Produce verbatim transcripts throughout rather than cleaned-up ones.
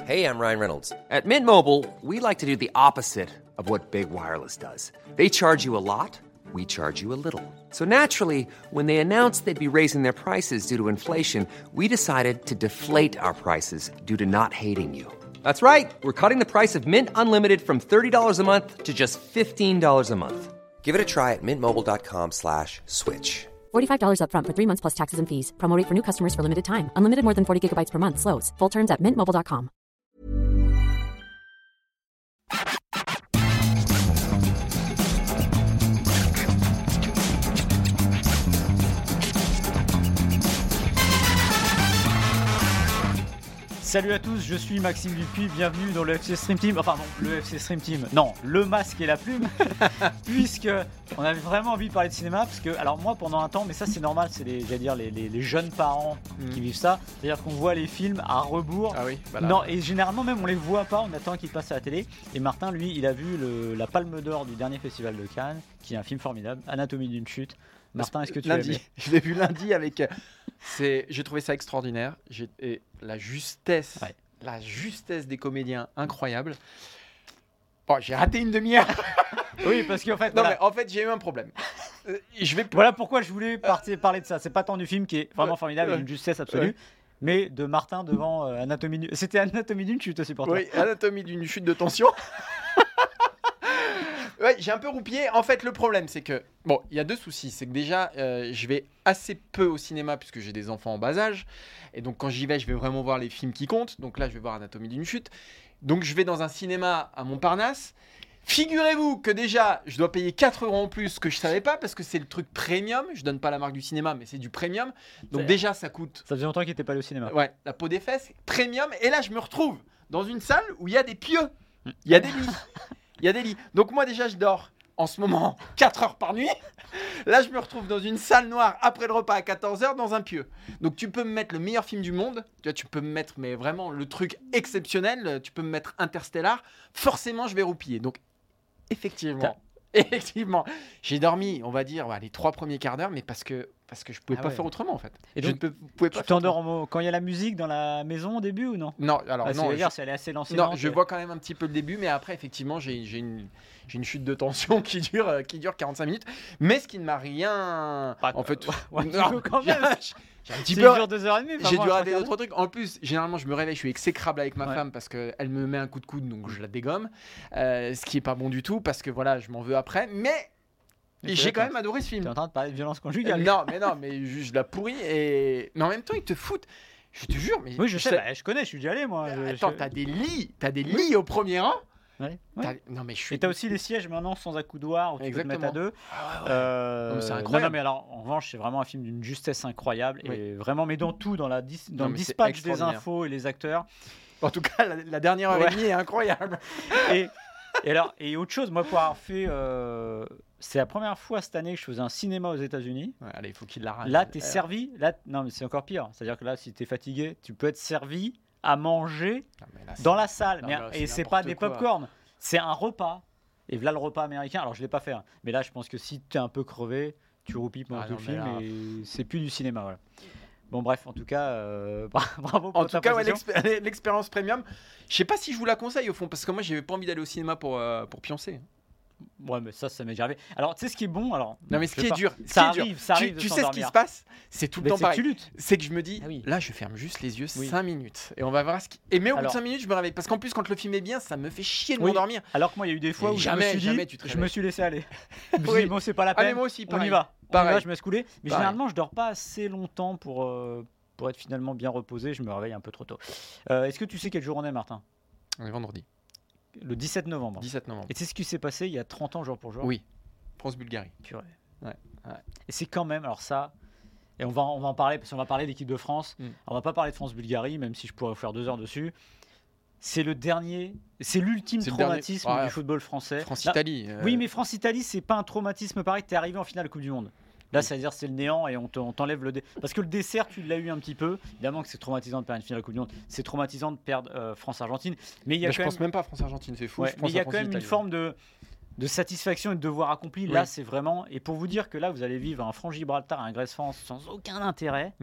Hey, I'm Ryan Reynolds. At Mint Mobile, we like to do the opposite of what Big Wireless does. They charge you a lot, we charge you a little. So naturally, when they announced they'd be raising their prices due to inflation, we decided to deflate our prices due to not hating you. That's right. We're cutting the price of Mint Unlimited from thirty dollars a month to just fifteen dollars a month. Give it a try at mintmobile.com slash switch. forty-five dollars up front for three months plus taxes and fees. Promo rate for new customers for limited time. Unlimited more than forty gigabytes per month. Slows full terms at mint mobile dot com. Salut à tous, je suis Maxime Dupuis, bienvenue dans le F C Stream Team, enfin non, le F C Stream Team, non, le masque et la plume, puisque on avait vraiment envie de parler de cinéma, parce que, alors moi pendant un temps, mais ça c'est normal, c'est les, j'allais dire les, les, les jeunes parents mmh. qui vivent ça, c'est-à-dire qu'on voit les films à rebours, ah oui, voilà. Non, et généralement même on les voit pas, on attend qu'ils passent à la télé, et Martin lui il a vu le, la Palme d'Or du dernier festival de Cannes, qui est un film formidable, Anatomie d'une chute. Martin, est-ce que tu l'as vu ? Je l'ai vu lundi avec. C'est, j'ai trouvé ça extraordinaire. J'ai, et la justesse, ouais. la justesse des comédiens, incroyable. Bon, j'ai raté une demi-heure. Oui, parce qu'en fait, non, voilà. mais en fait, j'ai eu un problème. Euh, je vais. Voilà pourquoi je voulais partir, parler de ça. C'est pas tant du film qui est vraiment formidable, avec une justesse absolue. Ouais. Mais de Martin devant euh, Anatomie d'une... C'était Anatomie d'une chute aussi pour toi. Oui, Anatomie d'une chute de tension. Ouais, j'ai un peu roupillé. En fait, le problème, c'est que... Bon, il y a deux soucis. C'est que déjà, euh, je vais assez peu au cinéma puisque j'ai des enfants en bas âge. Et donc, quand j'y vais, je vais vraiment voir les films qui comptent. Donc là, je vais voir Anatomie d'une chute. Donc, je vais dans un cinéma à Montparnasse. Figurez-vous que déjà, je dois payer quatre euros en plus, que je ne savais pas, parce que c'est le truc premium. Je ne donne pas la marque du cinéma, mais c'est du premium. Donc c'est... déjà, ça coûte... Ça faisait longtemps qu'il n'était pas allé au cinéma. Ouais, la peau des fesses, premium. Et là, je me retrouve dans une salle où il y a des pieux. Il y a des lits. Il y a des lits. Donc moi, déjà, je dors en ce moment quatre heures par nuit. Là, je me retrouve dans une salle noire après le repas à quatorze heures dans un pieu. Donc tu peux me mettre le meilleur film du monde. Tu vois, tu peux me mettre mais vraiment le truc exceptionnel. Tu peux me mettre Interstellar. Forcément, je vais roupiller. Donc effectivement, effectivement, j'ai dormi, on va dire, ouais, les trois premiers quarts d'heure, mais parce que parce que je pouvais ah pas ouais. faire autrement en fait. Et donc, je ne pouvais pas. Tu t'endors en... quand il y a la musique dans la maison au début ou non ? Non, alors ah, non. Je... Dire, si elle est assez lancinante. Non, je vois quand même un petit peu le début, mais après effectivement, j'ai, j'ai une j'ai une chute de tension qui dure euh, qui dure quarante-cinq minutes, mais ce qui ne m'a rien. Pas en fait, ouais, ouais, non, quand même. J'ai un petit peu dure deux heures et demie. J'ai dû rater d'autres trucs. En plus, généralement, je me réveille, je suis exécrable avec ma ouais. femme parce que elle me met un coup de coude, donc je la dégomme, euh, ce qui est pas bon du tout parce que voilà, je m'en veux après, mais. Et j'ai quand même adoré ce film. Tu es en train de parler de violence conjugale. Euh, non, mais non, mais je, je la pourris et mais en même temps ils te foutent. Je te jure, mais oui, je sais, bah, je connais, je suis déjà allé moi. Euh, attends, je... t'as des lits, t'as des lits au premier rang. Ouais. ouais. Non mais je suis. Et t'as aussi les sièges maintenant sans accoudoir où tu peux te mettre à deux. Ah ouais, ouais. Euh... Non, c'est incroyable. Non, non, mais alors en revanche c'est vraiment un film d'une justesse incroyable oui. et vraiment mais dans tout, dans la dis... dans non, le dispatch des infos et les acteurs. En tout cas, la, la dernière heure ouais. et demie est incroyable. et, et alors et autre chose, moi pour avoir fait, euh... c'est la première fois cette année que je faisais un cinéma aux États-Unis. Ouais, allez, il faut qu'il l'arrête. Là t'es euh... servi, là non mais c'est encore pire. C'est-à-dire que là si t'es fatigué, tu peux être servi à manger non, là, dans la salle, non, mais, mais, et c'est pas des pop-corn. C'est un repas. Et là, le repas américain, alors je ne l'ai pas fait, hein, mais là, je pense que si tu es un peu crevé, tu roupilles pendant ah tout non, le film là... et c'est plus du cinéma. Voilà. Bon, bref, en tout cas, euh, bravo pour en ta tout cas, ouais, l'expé- l'expérience premium, je ne sais pas si je vous la conseille au fond, parce que moi, je n'avais pas envie d'aller au cinéma pour, euh, pour pioncer. Ouais, mais ça, ça m'est déjà arrivé. Alors, tu sais ce qui est bon alors, non, mais ce qui est pas... dur, ça qui est arrive, dur. ça arrive. Tu, tu sais ce qui se passe, c'est tout le mais temps pareil. Que c'est que je me dis, ah oui. là, je ferme juste les yeux oui. cinq minutes et on va voir ce qui. Et mais au bout de cinq minutes, je me réveille. Parce qu'en plus, quand le film est bien, ça me fait chier de oui. m'endormir. Alors que moi, il y a eu des fois et où jamais, je me suis jamais dit, tu te je me suis laissé aller. Je me oui. suis dit, bon, c'est pas la peine. Ah, mais moi aussi, on y va. Pareil. On y va, je me laisse couler. Mais pareil. Généralement, je dors pas assez longtemps pour. Euh, pour être finalement bien reposé. Je me réveille un peu trop tôt. Euh, est-ce que tu sais quel jour on est, Martin ? On est vendredi. Le dix-sept novembre. dix-sept novembre. Et tu sais ce qui s'est passé il y a trente ans jour pour jour ? Oui. France-Bulgarie. Purée. Ouais. ouais. Et c'est quand même, alors ça, et on va, on va en parler, parce qu'on va parler de l'équipe de France, mm. on va pas parler de France-Bulgarie, même si je pourrais vous faire deux heures dessus. C'est le dernier, c'est l'ultime c'est traumatisme dernier... ah, du football français. France-Italie. Euh... Oui, mais France-Italie, c'est pas un traumatisme pareil, t'es arrivé en finale de Coupe du Monde. Là, oui. C'est-à-dire c'est le néant et on, te, on t'enlève le dé... Parce que le dessert, tu l'as eu un petit peu. Évidemment que c'est traumatisant de perdre une finale de Coupe du Monde. C'est traumatisant de perdre euh, France-Argentine. Mais il y a mais quand je même... pense même pas France-Argentine, c'est fou. Ouais, mais il y a quand même une forme de... de satisfaction et de devoir accompli. Oui. Là, c'est vraiment... Et pour vous dire que là, vous allez vivre un Franc-Gibraltar, un Grèce-France sans aucun intérêt. Mm.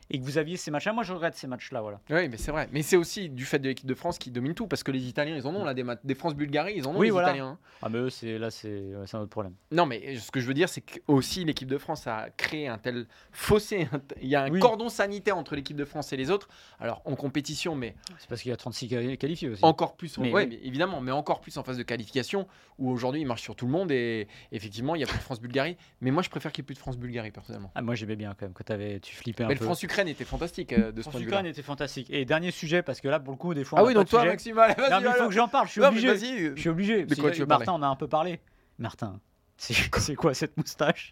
et que vous aviez ces matchs-là. Moi, je regrette ces matchs-là. Voilà. Oui, mais c'est vrai. Mais c'est aussi du fait de l'équipe de France qui domine tout, parce que les Italiens, ils en ont là, des, des France-Bulgarie, ils en ont oui, les voilà. Italiens. Ah, mais eux, c'est, là, c'est, c'est un autre problème. Non, mais ce que je veux dire, c'est qu'aussi l'équipe de France a créé un tel fossé. Il y a un oui. cordon sanitaire entre l'équipe de France et les autres. Alors, en compétition, mais. C'est parce qu'il y a trente-six qualifiés aussi. Encore plus. En... Mais, ouais, oui. mais évidemment, mais encore plus en phase de qualification, où aujourd'hui, il marche sur tout le monde et effectivement, il n'y a plus de France-Bulgarie. Mais moi, je préfère qu'il n'y ait plus de France-Bulgarie, personnellement. Ah, moi, j'aimais bien quand même. Quand t'avais, tu flippais un mais peu. Mais le France-Ukraine était fantastique euh, de ce point de vue. France-Ukraine était fantastique. Et dernier sujet, parce que là, pour le coup, des fois. Ah on oui, a donc pas toi, sujet. Maxime, allez, vas-y. Non, mais il faut que j'en parle. Je suis non, obligé. Je suis obligé. De quoi tu veux Martin, parler on a un peu parlé. Martin, c'est, c'est quoi cette moustache?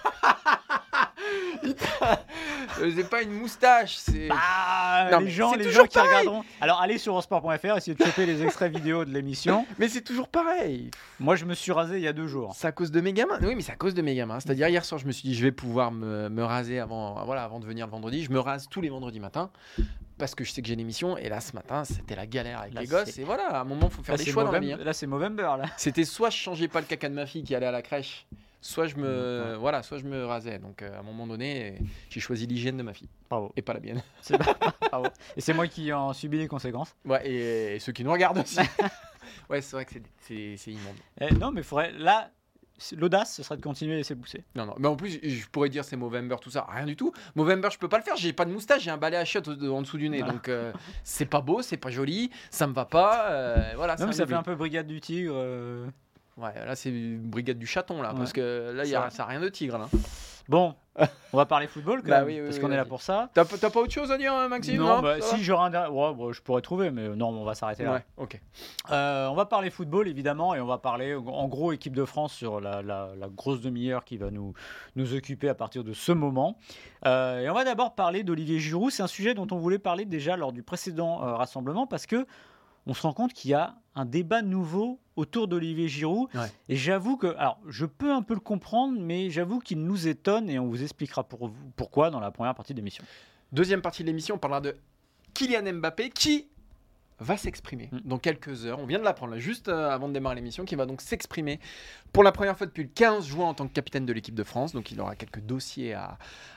C'est pas une moustache, c'est. Bah, non, les gens, les gens qui pareil. regarderont. Alors allez sur eurosport point f r, essayez de choper les extraits vidéo de l'émission. Mais c'est toujours pareil. Moi, je me suis rasé il y a deux jours. C'est à cause de mes gamins. Oui, mais c'est à cause de mes gamins. C'est-à-dire hier soir, je me suis dit, je vais pouvoir me, me raser avant, voilà, avant de venir le vendredi. Je me rase tous les vendredis matins parce que je sais que j'ai l'émission. Et là, ce matin, c'était la galère avec là, les gosses. C'est... Et voilà, à un moment, il faut faire là, des choix Movember, dans la vie. Hein. Là, c'est Movember. Là. C'était soit je changeais pas le caca de ma fille qui allait à la crèche. Soit je me, ouais. voilà, soit je me rasais. Donc, euh, à un moment donné, j'ai choisi l'hygiène de ma fille. Bravo. Et pas la mienne. C'est Bravo. Et c'est moi qui en subis les conséquences. Ouais, et, et ceux qui nous regardent aussi. Ouais, c'est vrai que c'est, c'est, c'est immonde. Eh, non, mais faudrait. Là, l'audace, ce serait de continuer à laisser pousser. Non, non. Mais en plus, je pourrais dire c'est Movember, tout ça. Rien du tout. Movember, je peux pas le faire. J'ai pas de moustache, j'ai un balai à chiottes en dessous du nez. Voilà. Donc, euh, c'est pas beau, c'est pas joli, ça me va pas. Euh, voilà. Non, mais ça fait un peu brigade du tigre. Euh... Ouais, là c'est brigade du chaton là, ouais. Parce que là y a, ça n'a rien de tigre là. Bon, on va parler football quand bah même, oui, oui, parce oui, qu'on oui, est là oui. pour ça. T'as, t'as pas autre chose à dire, Maxime? Non, non bah, si j'aurais un dernier, ouais, bah, je pourrais trouver, mais non, on va s'arrêter là. Ouais, ok. Euh, on va parler football évidemment, et on va parler en gros équipe de France sur la, la, la grosse demi-heure qui va nous, nous occuper à partir de ce moment. Euh, et on va d'abord parler d'Olivier Giroud. C'est un sujet dont on voulait parler déjà lors du précédent euh, rassemblement, parce que on se rend compte qu'il y a un débat nouveau autour d'Olivier Giroud. Ouais. Et j'avoue que, alors, je peux un peu le comprendre, mais j'avoue qu'il nous étonne et on vous expliquera pour vous, pourquoi dans la première partie de l'émission. Deuxième partie de l'émission, on parlera de Kylian Mbappé qui va s'exprimer mmh. dans quelques heures. On vient de l'apprendre là, juste avant de démarrer l'émission, qui va donc s'exprimer pour la première fois depuis le quinze juin en tant que capitaine de l'équipe de France. Donc il aura quelques dossiers à,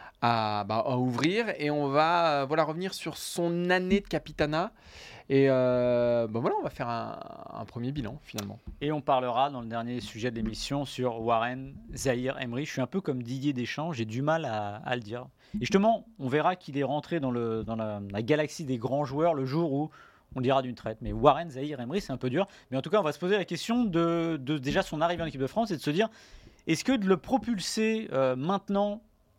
à, bah, à ouvrir et on va voilà, revenir sur son année de capitanat. Et euh, ben voilà, on va faire un, un premier bilan finalement. Et on parlera dans le dernier sujet de l'émission sur Warren Zahir Emery. Je suis un peu comme Didier Deschamps, j'ai du mal à, à le dire. Et justement, on verra qu'il est rentré dans, le, dans la, la galaxie des grands joueurs le jour où on dira d'une traite. Mais Warren Zahir Emery, c'est un peu dur. Mais en tout cas, on va se poser la question de, de déjà son arrivée en équipe de France et de se dire, est-ce que de le propulser euh, maintenant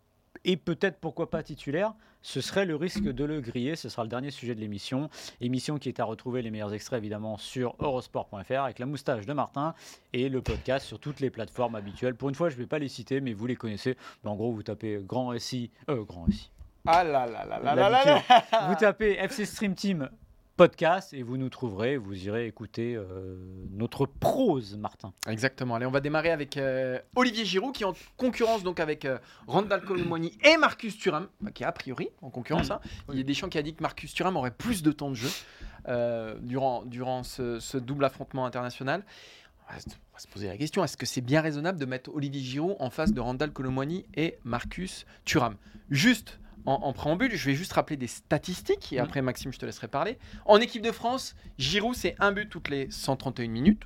et peut-être pourquoi pas titulaire, ce serait le risque de le griller. Ce sera le dernier sujet de l'émission. Émission qui est à retrouver, les meilleurs extraits évidemment sur eurosport point f r avec la moustache de Martin et le podcast sur toutes les plateformes habituelles. Pour une fois, je ne vais pas les citer, mais vous les connaissez. En gros, vous tapez Grand Récit, euh, Grand Récit. Ah là là là là là là là. Vous tapez F C Stream Team podcast et vous nous trouverez, vous irez écouter euh, notre prose, Martin. Exactement. Allez, on va démarrer avec euh, Olivier Giroud qui est en concurrence donc avec euh, Randal Colomwani et Marcus Thuram, qui est a priori en concurrence. Hein. Il y a Deschamps qui a dit que Marcus Thuram aurait plus de temps de jeu euh, durant, durant ce, ce double affrontement international. On va, se, on va se poser la question, est-ce que c'est bien raisonnable de mettre Olivier Giroud en face de Randal Colomwani et Marcus Thuram? Juste En, en préambule, je vais juste rappeler des statistiques et après Maxime, je te laisserai parler. En équipe de France, Giroud, c'est un but toutes les cent trente et une minutes,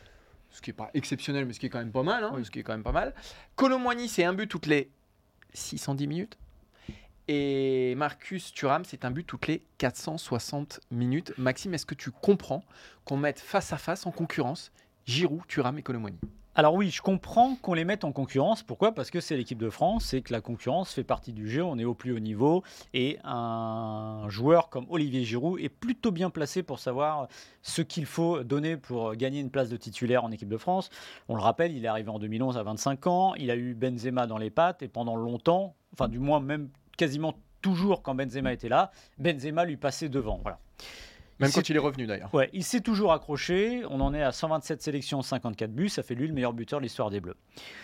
ce qui n'est pas exceptionnel, mais ce qui est quand même pas mal. Hein, oui. Ce qui est quand même pas mal. Colomwani, c'est un but toutes les six cent dix minutes. Et Marcus Thuram, c'est un but toutes les quatre cent soixante minutes. Maxime, est-ce que tu comprends qu'on mette face à face en concurrence Giroud, Thuram et Colomwani? Alors oui, je comprends qu'on les mette en concurrence. Pourquoi ? Parce que c'est l'équipe de France et que la concurrence fait partie du jeu. On est au plus haut niveau et un joueur comme Olivier Giroud est plutôt bien placé pour savoir ce qu'il faut donner pour gagner une place de titulaire en équipe de France. On le rappelle, il est arrivé en deux mille onze à vingt-cinq ans. Il a eu Benzema dans les pattes et pendant longtemps, enfin du moins même quasiment toujours quand Benzema était là, Benzema lui passait devant. Voilà. Même il quand il est revenu d'ailleurs. Ouais, il s'est toujours accroché. On en est à cent vingt-sept sélections, cinquante-quatre buts. Ça fait lui le meilleur buteur de l'histoire des Bleus.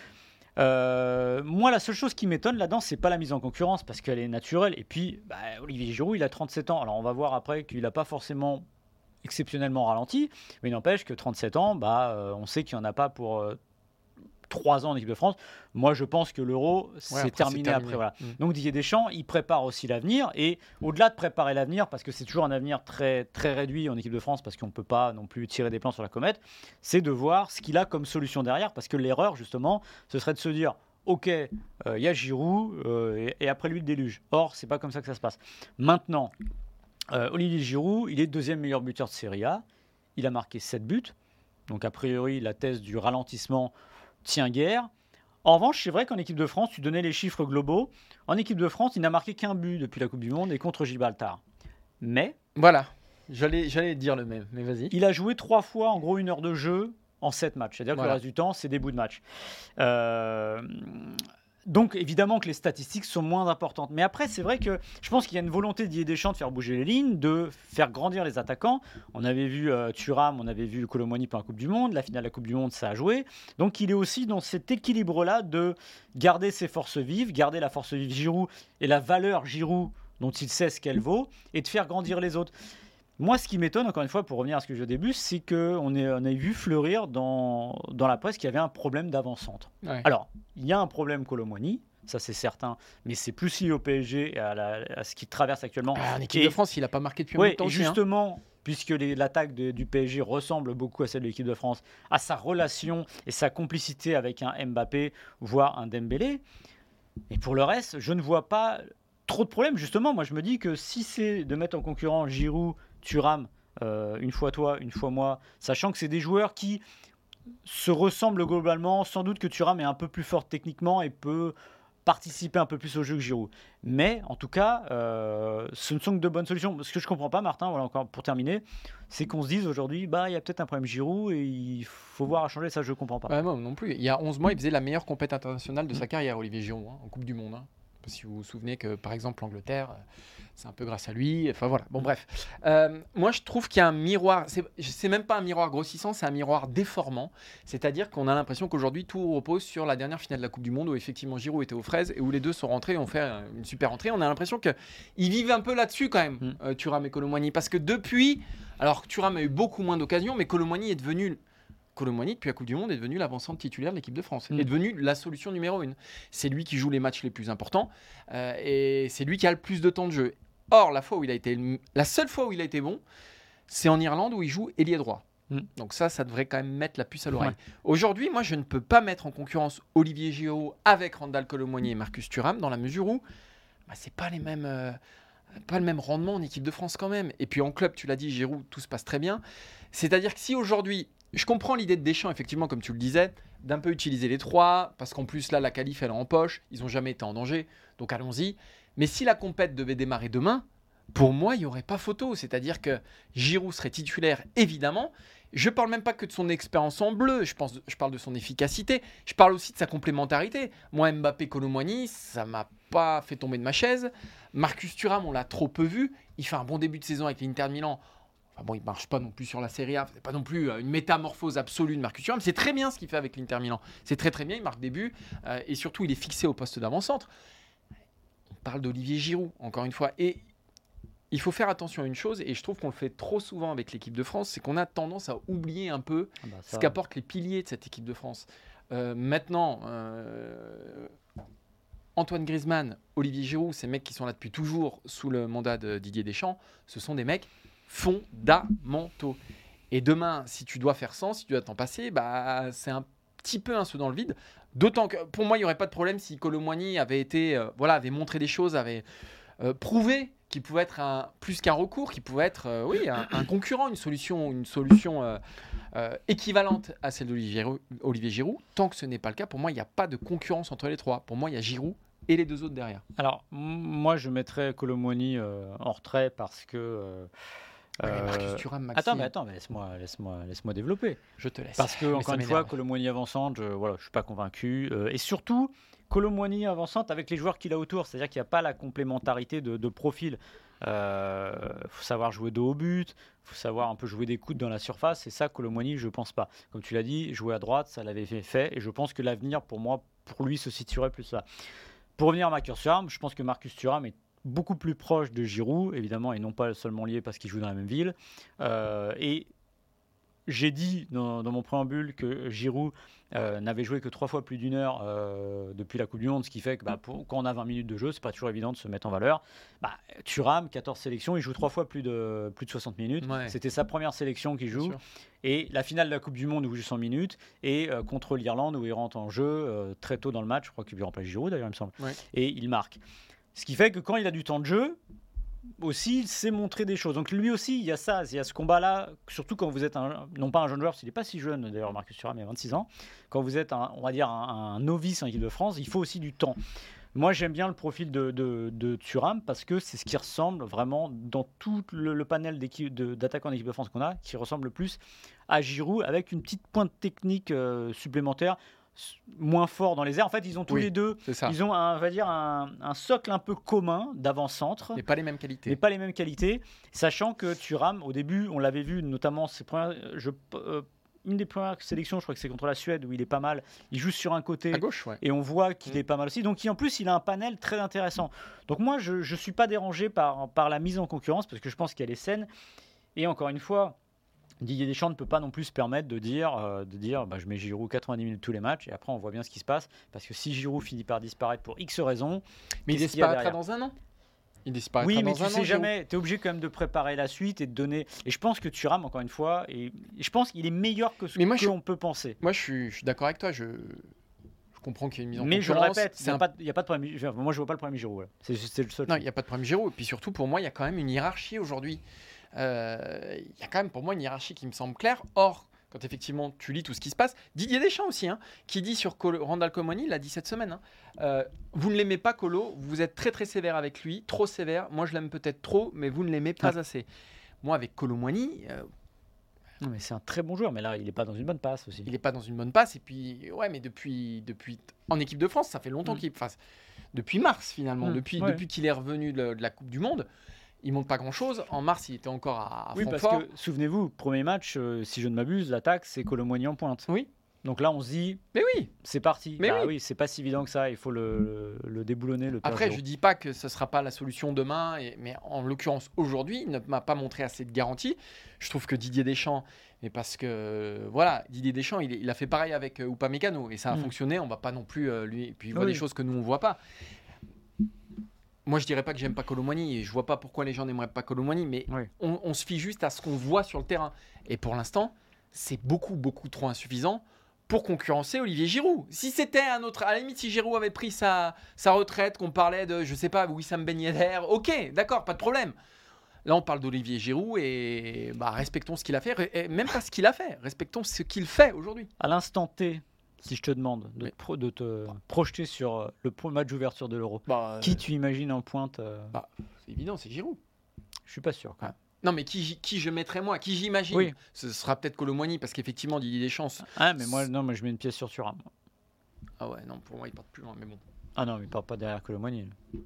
Euh, moi, la seule chose qui m'étonne là-dedans, c'est pas la mise en concurrence parce qu'elle est naturelle. Et puis, bah, Olivier Giroud, il a trente-sept ans. Alors, on va voir après qu'il n'a pas forcément exceptionnellement ralenti. Mais il n'empêche que trente-sept ans, bah, euh, on sait qu'il n'y en a pas pour... Euh, trois ans en équipe de France. Moi, je pense que l'Euro, c'est, ouais, après, terminé, c'est terminé après. Voilà. Mmh. Donc Didier Deschamps, il prépare aussi l'avenir. Et au-delà de préparer l'avenir, parce que c'est toujours un avenir très, très réduit en équipe de France, parce qu'on ne peut pas non plus tirer des plans sur la comète, c'est de voir ce qu'il a comme solution derrière. Parce que l'erreur, justement, ce serait de se dire ok, il euh, y a Giroud euh, et, et après lui le déluge. Or, c'est pas comme ça que ça se passe. Maintenant, euh, Olivier Giroud, il est deuxième meilleur buteur de Serie A. Il a marqué sept buts. Donc, a priori, la thèse du ralentissement tient guère. En revanche, c'est vrai qu'en équipe de France, tu donnais les chiffres globaux. En équipe de France, il n'a marqué qu'un but depuis la Coupe du Monde et contre Gibraltar. Mais... Voilà, j'allais, j'allais dire le même, mais vas-y. Il a joué trois fois, en gros, une heure de jeu en sept matchs. C'est-à-dire voilà. que le reste du temps, c'est des bouts de match. Euh... Donc, évidemment que les statistiques sont moins importantes. Mais après, c'est vrai que je pense qu'il y a une volonté de Didier Deschamps de faire bouger les lignes, de faire grandir les attaquants. On avait vu euh, Thuram, on avait vu Kolo Muani pour la Coupe du Monde. La finale de la Coupe du Monde, ça a joué. Donc, il est aussi dans cet équilibre-là de garder ses forces vives, garder la force vive Giroud et la valeur Giroud dont il sait ce qu'elle vaut, et de faire grandir les autres. Moi, ce qui m'étonne, encore une fois, pour revenir à ce que je disais au début, c'est qu'on on a vu fleurir dans, dans la presse qu'il y avait un problème d'avant-centre. Ouais. Alors, il y a un problème Kolo Muani, ça c'est certain, mais c'est plus lié au P S G et à, la, à ce qu'il traverse actuellement. Ah, en équipe et, de France, il n'a pas marqué depuis ouais, longtemps. Et justement, hein. puisque les, l'attaque de, du P S G ressemble beaucoup à celle de l'équipe de France, à sa relation et sa complicité avec un Mbappé, voire un Dembélé. Et pour le reste, je ne vois pas trop de problèmes. Justement, moi je me dis que si c'est de mettre en concurrent Giroud, Thuram, euh, une fois toi, une fois moi, sachant que c'est des joueurs qui se ressemblent globalement, sans doute que Thuram est un peu plus fort techniquement et peut participer un peu plus au jeu que Giroud. Mais en tout cas, euh, ce ne sont que de bonnes solutions. Ce que je ne comprends pas, Martin, voilà, encore pour terminer, c'est qu'on se dise aujourd'hui, bah, il y a peut-être un problème Giroud et il faut voir à changer, ça je ne comprends pas. Bah, non, non plus. Il y a onze mois, il faisait la meilleure compétition internationale de sa carrière, Olivier Giroud, hein, en Coupe du Monde. Hein. Si vous vous souvenez que, par exemple, l'Angleterre, c'est un peu grâce à lui. Enfin, voilà. Bon, bref. Euh, moi, je trouve qu'il y a un miroir. C'est, c'est même pas un miroir grossissant, c'est un miroir déformant. C'est-à-dire qu'on a l'impression qu'aujourd'hui, tout repose sur la dernière finale de la Coupe du Monde où, effectivement, Giroud était aux fraises et où les deux sont rentrés et ont fait une super entrée. On a l'impression qu'ils vivent un peu là-dessus, quand même, mmh. euh, Thuram et Kolo Muani. Parce que depuis... Alors, Thuram a eu beaucoup moins d'occasions, mais Kolo Muani est devenu... Kolo Muani, depuis la Coupe du Monde, est devenu l'avancante titulaire de l'équipe de France. Mmh. Est devenu la solution numéro une. C'est lui qui joue les matchs les plus importants euh, et c'est lui qui a le plus de temps de jeu. Or, la, fois où il a été, la seule fois où il a été bon, c'est en Irlande où il joue ailier droit. Mmh. Donc ça, ça devrait quand même mettre la puce à l'oreille. Ouais. Aujourd'hui, moi, je ne peux pas mettre en concurrence Olivier Giroud avec Randal Kolo Muani et Marcus Thuram dans la mesure où bah, c'est pas les mêmes... Euh, pas le même rendement en équipe de France quand même. Et puis en club, tu l'as dit, Giroud, tout se passe très bien. C'est-à-dire que si aujourd'hui... Je comprends l'idée de Deschamps, effectivement, comme tu le disais, d'un peu utiliser les trois, parce qu'en plus, là, la qualif, elle est en poche, ils n'ont jamais été en danger, donc allons-y. Mais si la compète devait démarrer demain, pour moi, il n'y aurait pas photo. C'est-à-dire que Giroud serait titulaire, évidemment. Je ne parle même pas que de son expérience en bleu, je, pense, je parle de son efficacité, je parle aussi de sa complémentarité. Moi, Mbappé, Kolo Muani, ça ne m'a pas fait tomber de ma chaise. Marcus Thuram, on l'a trop peu vu. Il fait un bon début de saison avec l'Inter de Milan. Enfin bon, il ne marche pas non plus sur la Serie A. C'est pas non plus une métamorphose absolue de Marcus Thuram. C'est très bien ce qu'il fait avec l'Inter Milan. C'est très très bien, il marque des buts. Euh, et surtout, il est fixé au poste d'avant-centre. On parle d'Olivier Giroud, encore une fois. Et il faut faire attention à une chose, et je trouve qu'on le fait trop souvent avec l'équipe de France, c'est qu'on a tendance à oublier un peu ah bah ça... ce qu'apportent les piliers de cette équipe de France. Euh, maintenant, euh, Antoine Griezmann, Olivier Giroud, ces mecs qui sont là depuis toujours sous le mandat de Didier Deschamps, ce sont des mecs fondamentaux. Et demain, si tu dois faire sans, si tu dois t'en passer, bah, c'est un petit peu un saut dans le vide. D'autant que pour moi, il n'y aurait pas de problème si Kolo Muani avait, été, euh, voilà, avait montré des choses, avait euh, prouvé qui pouvait être un, plus qu'un recours, qui pouvait être euh, oui, un, un concurrent, une solution, une solution euh, euh, équivalente à celle d'Olivier Olivier Giroud. Tant que ce n'est pas le cas, pour moi, il n'y a pas de concurrence entre les trois. Pour moi, il y a Giroud et les deux autres derrière. Alors, m- moi, je mettrais Kolo Muani euh, en retrait parce que... Euh, euh, Marcus Thuram, Maxime. Attends, mais attends, mais laisse-moi, laisse-moi, laisse-moi développer. Je te laisse. Parce que, encore une fois, Kolo Muani avançante, je ne voilà, je suis pas convaincu. Euh, et surtout, Kolo Muani avançante avec les joueurs qu'il a autour. C'est-à-dire qu'il n'y a pas la complémentarité de, de profil. Il euh, faut savoir jouer dos au but, il faut savoir un peu jouer des coudes dans la surface, et ça, Kolo Muani, je ne pense pas. Comme tu l'as dit, jouer à droite, ça l'avait fait, et je pense que l'avenir, pour moi, pour lui, se situerait plus là. Pour revenir à Marcus Thuram, je pense que Marcus Thuram est beaucoup plus proche de Giroud, évidemment, et non pas seulement lié parce qu'ils jouent dans la même ville. Euh, et j'ai dit dans, dans mon préambule que Giroud euh, n'avait joué que trois fois plus d'une heure euh, depuis la Coupe du Monde, ce qui fait que bah, pour, quand on a vingt minutes de jeu, c'est pas toujours évident de se mettre en valeur. Bah, Thuram, quatorze sélections, il joue trois fois plus de, plus de soixante minutes. Ouais. C'était sa première sélection qu'il joue. Et la finale de la Coupe du Monde où il joue cent minutes. Et euh, contre l'Irlande où il rentre en jeu euh, très tôt dans le match. Je crois qu'il lui remplace Giroud d'ailleurs, il me semble. Ouais. Et il marque. Ce qui fait que quand il a du temps de jeu, aussi, il sait montrer des choses. Donc lui aussi, il y a ça, il y a ce combat-là, surtout quand vous êtes un, non pas un jeune joueur, parce qu'il n'est pas si jeune d'ailleurs, Marcus Thuram, il a vingt-six ans. Quand vous êtes, un, on va dire, un, un novice en équipe de France, il faut aussi du temps. Moi, j'aime bien le profil de, de, de Thuram parce que c'est ce qui ressemble vraiment dans tout le, le panel de, d'attaquants d'équipe de France qu'on a, qui ressemble le plus à Giroud, avec une petite pointe technique euh, supplémentaire. Moins fort dans les airs. En fait, ils ont tous oui, les deux, ils ont un, on va dire un, un socle un peu commun d'avant-centre. Mais pas les mêmes qualités. Mais pas les mêmes qualités, sachant que Thuram, au début, on l'avait vu, notamment ses premières, je, euh, une des premières sélections, je crois que c'est contre la Suède, où il est pas mal. Il joue sur un côté à gauche, ouais. Et on voit qu'il mmh. est pas mal aussi. Donc, en plus, il a un panel très intéressant. Donc, moi, je ne suis pas dérangé par, par la mise en concurrence, parce que je pense qu'elle est saine. Et encore une fois, Didier Deschamps ne peut pas non plus se permettre de dire, euh, de dire bah, je mets Giroud quatre-vingt-dix minutes tous les matchs et après on voit bien ce qui se passe. Parce que si Giroud finit par disparaître pour X raisons. Mais il disparaîtra dans un an. Il disparaîtra oui, mais dans tu un sais an, jamais. Tu es obligé quand même de préparer la suite et de donner. Et je pense que Thuram, encore une fois, et, et je pense qu'il est meilleur que ce qu'on je... peut penser. Moi, je suis, je suis d'accord avec toi. Je. Je comprends qu'il y ait une mise en mais concurrence. Mais je le répète, il n'y a, un... a pas de problème. Moi, je vois pas le problème Giroud. Voilà. C'est, c'est le seul. Non, il n'y a pas de problème Giroud. Et puis surtout, pour moi, il y a quand même une hiérarchie aujourd'hui. Il euh, y a quand même pour moi une hiérarchie qui me semble claire. Or, quand effectivement tu lis tout ce qui se passe, Didier Deschamps aussi, hein, qui dit sur Colo, Randal Colomwani, il l'a dit cette semaine, hein, euh, vous ne l'aimez pas Colo, vous êtes très très sévère avec lui, trop sévère. Moi je l'aime peut-être trop, mais vous ne l'aimez pas ah. assez. Moi avec Colomwani, euh, non, mais c'est un très bon joueur, mais là il n'est pas dans une bonne passe aussi. Il n'est pas dans une bonne passe et puis ouais, mais depuis depuis en équipe de France, ça fait longtemps mmh. qu'il fasse. Depuis mars finalement, mmh. depuis ouais. depuis qu'il est revenu de, de la Coupe du Monde. Il ne montre pas grand-chose. En mars, il était encore à, à oui, Francfort. Oui, parce que, souvenez-vous, premier match, euh, si je ne m'abuse, l'attaque, c'est Colomwani en pointe. Oui. Donc là, on se dit, mais oui, c'est parti. Mais bah, oui, oui c'est pas si évident que ça. Il faut le, le, le déboulonner. Le Après, je ne dis pas que ce ne sera pas la solution demain, et, mais en l'occurrence, aujourd'hui, il ne m'a pas montré assez de garantie. Je trouve que Didier Deschamps, mais parce que, voilà, Didier Deschamps, il, il a fait pareil avec euh, Upamecano, et ça a mmh. fonctionné. On ne va pas non plus, euh, lui, et puis il voit oui. des choses que nous, on ne voit pas. Moi, je dirais pas que j'aime pas Colomwani et je vois pas pourquoi les gens n'aimeraient pas Colomwani, mais oui. on, on se fie juste à ce qu'on voit sur le terrain. Et pour l'instant, c'est beaucoup, beaucoup trop insuffisant pour concurrencer Olivier Giroud. Si c'était un autre, à la limite, si Giroud avait pris sa, sa retraite, qu'on parlait de, je sais pas, Wissam Ben Yedder, ok, d'accord, pas de problème. Là, on parle d'Olivier Giroud et bah, respectons ce qu'il a fait, et même pas ce qu'il a fait, respectons ce qu'il fait aujourd'hui. À l'instant T, si je te demande de, te, pro, de te projeter sur le match d'ouverture de l'Euro, bah, qui euh... tu imagines en pointe euh... bah, c'est évident, c'est Giroud. Je suis pas sûr. Quand même. Non, mais qui, qui je mettrais moi, qui j'imagine oui. Ce sera peut-être Colomwani parce qu'effectivement, Didier Deschamps. Ah, mais moi, non, moi, je mets une pièce sur Thuram. Ah ouais, non, pour moi, il part plus loin, mais bon. Ah non, il part pas derrière Colomwani.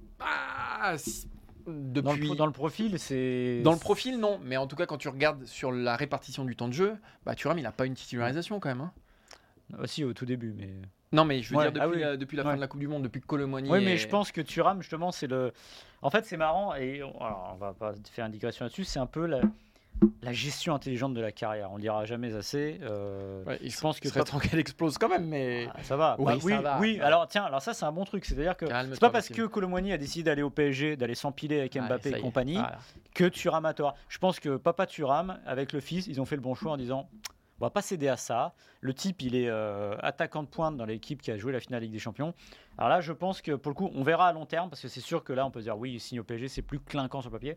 Ah, si... Depuis... Dans, le, dans le profil, c'est. Dans le profil, non, mais en tout cas, quand tu regardes sur la répartition du temps de jeu, bah Thuram, il n'a pas une titularisation quand même. Hein. Aussi au tout début, mais non, mais je veux ouais, dire depuis, ah oui. la, depuis la ouais. fin de la Coupe du Monde, depuis que Colomwani. Oui, est... mais je pense que Thuram justement, c'est le. En fait, c'est marrant et alors, on va pas faire une digression là-dessus. C'est un peu la, la gestion intelligente de la carrière. On le dira jamais assez. Euh, ouais, je pense que serait temps qu'elle explose quand même, mais ah, ça va. Oui, bah, ça oui, va. oui. Alors tiens, alors ça c'est un bon truc. C'est-à-dire que Calme c'est pas parce que Colomwani a décidé d'aller au P S G, d'aller s'empiler avec Mbappé ah, et compagnie, voilà. que Thuram a tort. Je pense que papa Thuram avec le fils, ils ont fait le bon choix en disant. On va pas céder à ça. Le type, il est euh, attaquant de pointe dans l'équipe qui a joué la finale Ligue des Champions. Alors là, je pense que pour le coup, on verra à long terme parce que c'est sûr que là, on peut se dire oui, il signe au P S G, c'est plus clinquant sur le papier.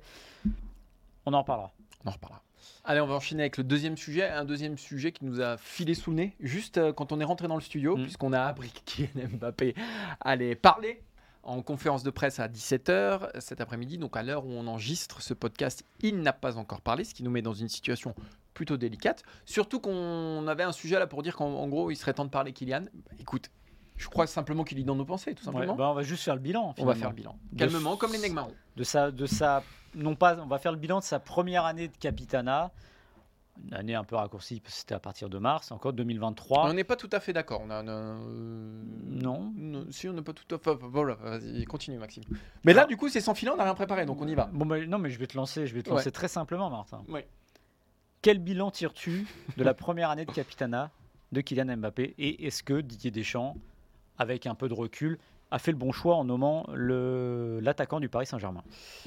On en reparlera. On en reparlera. Allez, on va enchaîner avec le deuxième sujet. Un deuxième sujet qui nous a filé sous le nez juste euh, quand on est rentré dans le studio, mmh. puisqu'on a appris qu'Kylian Mbappé allait parler en conférence de presse à dix-sept heures cet après-midi. Donc à l'heure où on enregistre ce podcast, il n'a pas encore parlé, ce qui nous met dans une situation plutôt délicate. Surtout qu'on avait un sujet là pour dire qu'en gros, il serait temps de parler Kylian. Écoute, je crois simplement qu'il lit dans nos pensées, tout simplement. Ouais, bah on va juste faire le bilan. Finalement. On va faire le bilan. Calmement, de, comme les Negmarons. De sa, de sa, non pas, on va faire le bilan de sa première année de Capitana. Une année un peu raccourcie parce que c'était à partir de mars, encore deux mille vingt-trois. On n'est pas tout à fait d'accord. On a, on a, euh... non. non. Si on n'est pas tout à fait. Voilà, vas-y, continue, Maxime. Mais là, du coup, c'est sans filet, on n'a rien préparé, donc on y va. Bon, bah, non, mais je vais te lancer, je vais te ouais. lancer très simplement, Martin. Ouais. quel bilan tires-tu de la première année de Capitana de Kylian Mbappé? Et est-ce que Didier Deschamps, avec un peu de recul, a fait le bon choix en nommant le, l'attaquant du Paris Saint-Germain?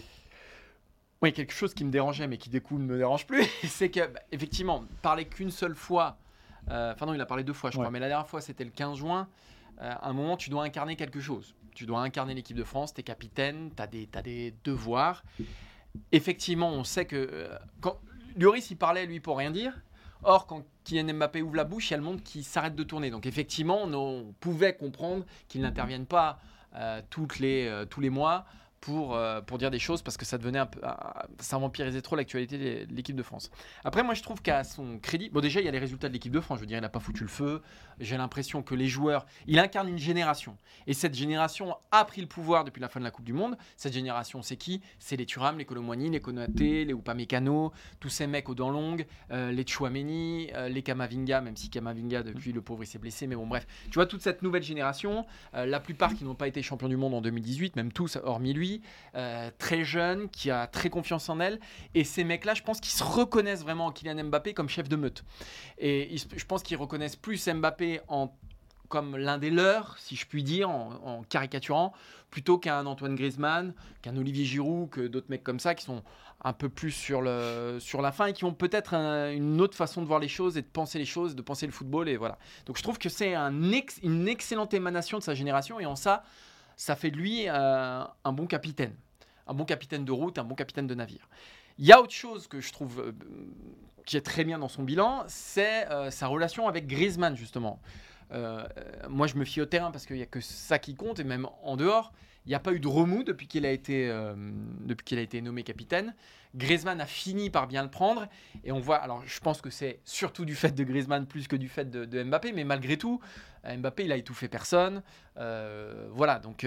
Oui, quelque chose qui me dérangeait, mais qui du coup ne me dérange plus, c'est que, bah, effectivement, parler qu'une seule fois, euh, enfin non, il a parlé deux fois, je ouais. crois, mais la dernière fois, c'était le quinze juin. Euh, à un moment, tu dois incarner quelque chose. Tu dois incarner l'équipe de France, tu es capitaine, tu as des, t'as des devoirs. Effectivement, on sait que euh, quand Lloris, il parlait, lui, pour rien dire. Or, quand Kylian Mbappé ouvre la bouche, il y a le monde qui s'arrête de tourner. Donc, effectivement, on, on pouvait comprendre qu'il n'intervienne pas euh, toutes les, euh, tous les mois pour, euh, pour dire des choses, parce que ça devenait un peu, euh, ça vampirisait trop l'actualité de, de l'équipe de France. Après, moi, je trouve qu'à son crédit, bon, déjà, il y a les résultats de l'équipe de France. Je veux dire, il n'a pas foutu le feu. J'ai l'impression que les joueurs, il incarne une génération. Et cette génération a pris le pouvoir depuis la fin de la Coupe du Monde. Cette génération, c'est qui? C'est les Thuram, les Kolo Muani, les Konaté, les Upamecano, tous ces mecs aux dents longues, euh, les Tchouaméni, euh, les Kamavinga, même si Kamavinga, depuis, le pauvre, il s'est blessé. Mais bon, bref. Tu vois, toute cette nouvelle génération, euh, la plupart qui n'ont pas été champions du monde en deux mille dix-huit, même tous, hormis lui, Euh, très jeune, qui a très confiance en elle, et ces mecs-là, je pense qu'ils se reconnaissent vraiment en Kylian Mbappé comme chef de meute, et ils, je pense qu'ils reconnaissent plus Mbappé en, comme l'un des leurs, si je puis dire, en, en caricaturant, plutôt qu'un Antoine Griezmann, qu'un Olivier Giroud, que d'autres mecs comme ça qui sont un peu plus sur, le, sur la fin et qui ont peut-être un, une autre façon de voir les choses et de penser les choses, de penser le football, et voilà. Donc je trouve que c'est un ex, une excellente émanation de sa génération, et en ça ça fait de lui euh, un bon capitaine. Un bon capitaine de route, un bon capitaine de navire. Il y a autre chose que je trouve euh, qui est très bien dans son bilan, c'est euh, sa relation avec Griezmann, justement. Euh, moi, je me fie au terrain parce qu'il n'y a que ça qui compte, et même en dehors, il n'y a pas eu de remous depuis qu'il a été, euh, depuis qu'il a été nommé capitaine. Griezmann a fini par bien le prendre, et on voit, alors je pense que c'est surtout du fait de Griezmann plus que du fait de, de Mbappé, mais malgré tout, Mbappé, il a étouffé personne. Euh, voilà, donc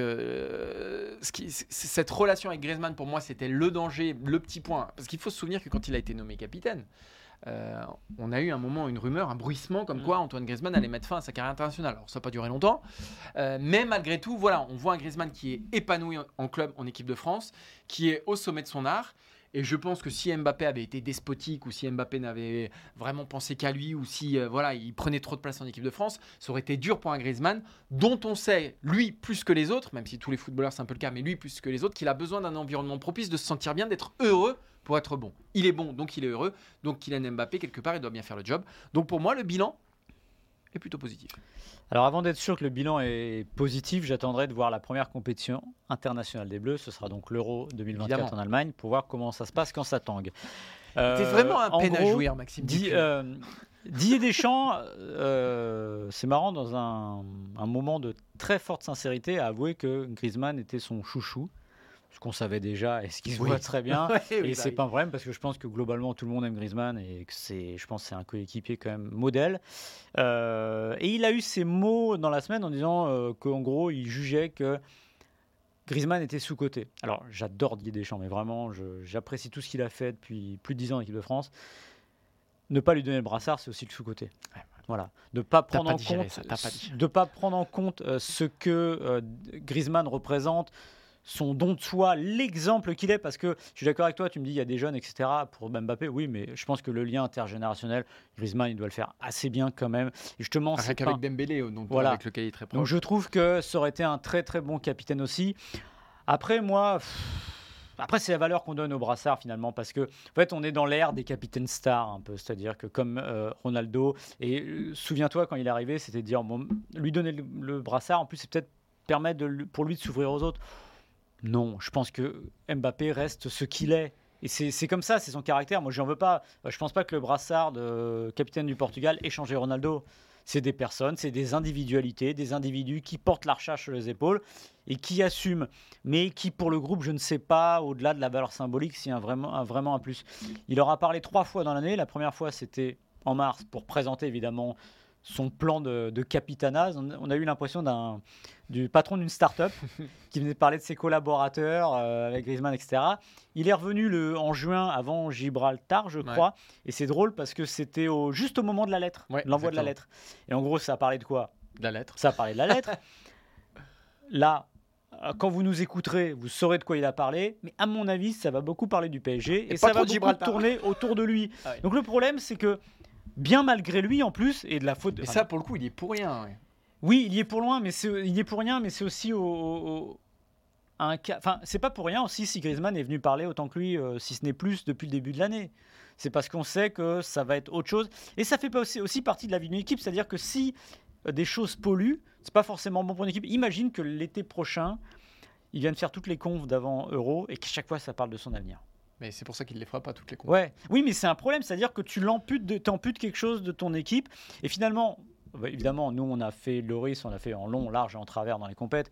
euh, ce qui, cette relation avec Griezmann, pour moi, c'était le danger, le petit point. Parce qu'il faut se souvenir que quand il a été nommé capitaine, euh, on a eu un moment, une rumeur, un bruissement comme quoi Antoine Griezmann allait mettre fin à sa carrière internationale. Alors ça n'a pas duré longtemps, euh, mais malgré tout, voilà, on voit un Griezmann qui est épanoui en, en club, en équipe de France, qui est au sommet de son art. Et je pense que si Mbappé avait été despotique, ou si Mbappé n'avait vraiment pensé qu'à lui, ou si euh, voilà, il prenait trop de place en équipe de France, ça aurait été dur pour un Griezmann, dont on sait, lui plus que les autres, même si tous les footballeurs c'est un peu le cas, mais lui plus que les autres, qu'il a besoin d'un environnement propice, de se sentir bien, d'être heureux pour être bon. Il est bon, donc il est heureux. Donc Kylian Mbappé, quelque part, il doit bien faire le job. Donc pour moi, le bilan est plutôt positif. Alors avant d'être sûr que le bilan est positif, j'attendrai de voir la première compétition internationale des Bleus. Ce sera donc l'Euro deux mille vingt-quatre Évidemment. En Allemagne, pour voir comment ça se passe quand ça tangue. Euh, T'es vraiment un peine gros, à jouir, Maxime. Di, euh, Didier Deschamps, euh, c'est marrant, dans un, un moment de très forte sincérité, a avoué que Griezmann était son chouchou. Ce qu'on savait déjà et ce qui se oui. voit très bien. ouais, et oui, c'est bah, pas un problème, parce que je pense que globalement tout le monde aime Griezmann, et que c'est, je pense que c'est un coéquipier quand même modèle. Euh, et il a eu ces mots dans la semaine en disant euh, qu'en gros il jugeait que Griezmann était sous-coté. Alors j'adore Didier Deschamps, mais vraiment je, j'apprécie tout ce qu'il a fait depuis plus de dix ans en équipe de France. Ne pas lui donner le brassard, c'est aussi le sous-coté. Ouais. Voilà, de pas prendre pas en digéré, compte, ça, pas de pas prendre en compte euh, ce que euh, Griezmann représente, son don de soi, l'exemple qu'il est, parce que je suis d'accord avec toi, tu me dis il y a des jeunes, et cetera. Pour Mbappé, oui, mais je pense que le lien intergénérationnel, Griezmann, il doit le faire assez bien quand même. Et justement, avec, avec Dembélé, donc, voilà. avec lequel il est très proche. Donc je trouve que ça aurait été un très très bon capitaine aussi. Après, moi, pff, après c'est la valeur qu'on donne au brassard finalement, parce que en fait on est dans l'ère des capitaines stars un peu, c'est-à-dire que comme euh, Ronaldo, et euh, souviens-toi quand il est arrivé, c'était de dire bon, lui donner le, le brassard, en plus c'est peut-être permettre de, pour lui de s'ouvrir aux autres. Non, je pense que Mbappé reste ce qu'il est. Et c'est, c'est comme ça, c'est son caractère. Moi, je n'en veux pas. Je ne pense pas que le brassard de capitaine du Portugal ait changé Ronaldo. C'est des personnes, c'est des individualités, des individus qui portent la recharge sur les épaules et qui assument. Mais qui, pour le groupe, je ne sais pas, au-delà de la valeur symbolique, s'il y a un vraiment, un, vraiment un plus. Il aura parlé trois fois dans l'année. La première fois, c'était en mars, pour présenter évidemment son plan de, de capitana. On a eu l'impression d'un, du patron d'une start-up qui venait parler de ses collaborateurs euh, avec Griezmann, et cetera. Il est revenu le, en juin avant Gibraltar, je crois. Ouais. Et c'est drôle parce que c'était au, juste au moment de la lettre, ouais, l'envoi exactement. de la lettre. Et en gros, ça a parlé de quoi ? De la lettre. Ça a parlé de la lettre. Là, quand vous nous écouterez, vous saurez de quoi il a parlé. Mais à mon avis, ça va beaucoup parler du P S G et, et ça va beaucoup Gibraltar. tourner autour de lui. Ah oui. Donc le problème, c'est que bien malgré lui, en plus, et de la faute. Et ça, pour le coup, il y est pour rien. Ouais. Oui, il y est pour loin, mais c'est, il y est pour rien, mais c'est aussi au, au, un cas. Enfin, c'est pas pour rien aussi si Griezmann est venu parler autant que lui, euh, si ce n'est plus depuis le début de l'année. C'est parce qu'on sait que ça va être autre chose, et ça fait pas aussi, aussi partie de la vie d'une équipe. C'est-à-dire que si euh, des choses polluent, c'est pas forcément bon pour une équipe. Imagine que l'été prochain, il vient de faire toutes les confs d'avant Euro et qu'à chaque fois ça parle de son avenir. Mais c'est pour ça qu'il ne les fera pas toutes les confs. Ouais. Oui, mais c'est un problème, c'est-à-dire que tu l'amputes, de, t'amputes quelque chose de ton équipe et finalement, bah, évidemment, nous on a fait Loris, on a fait en long, large et en travers dans les compètes.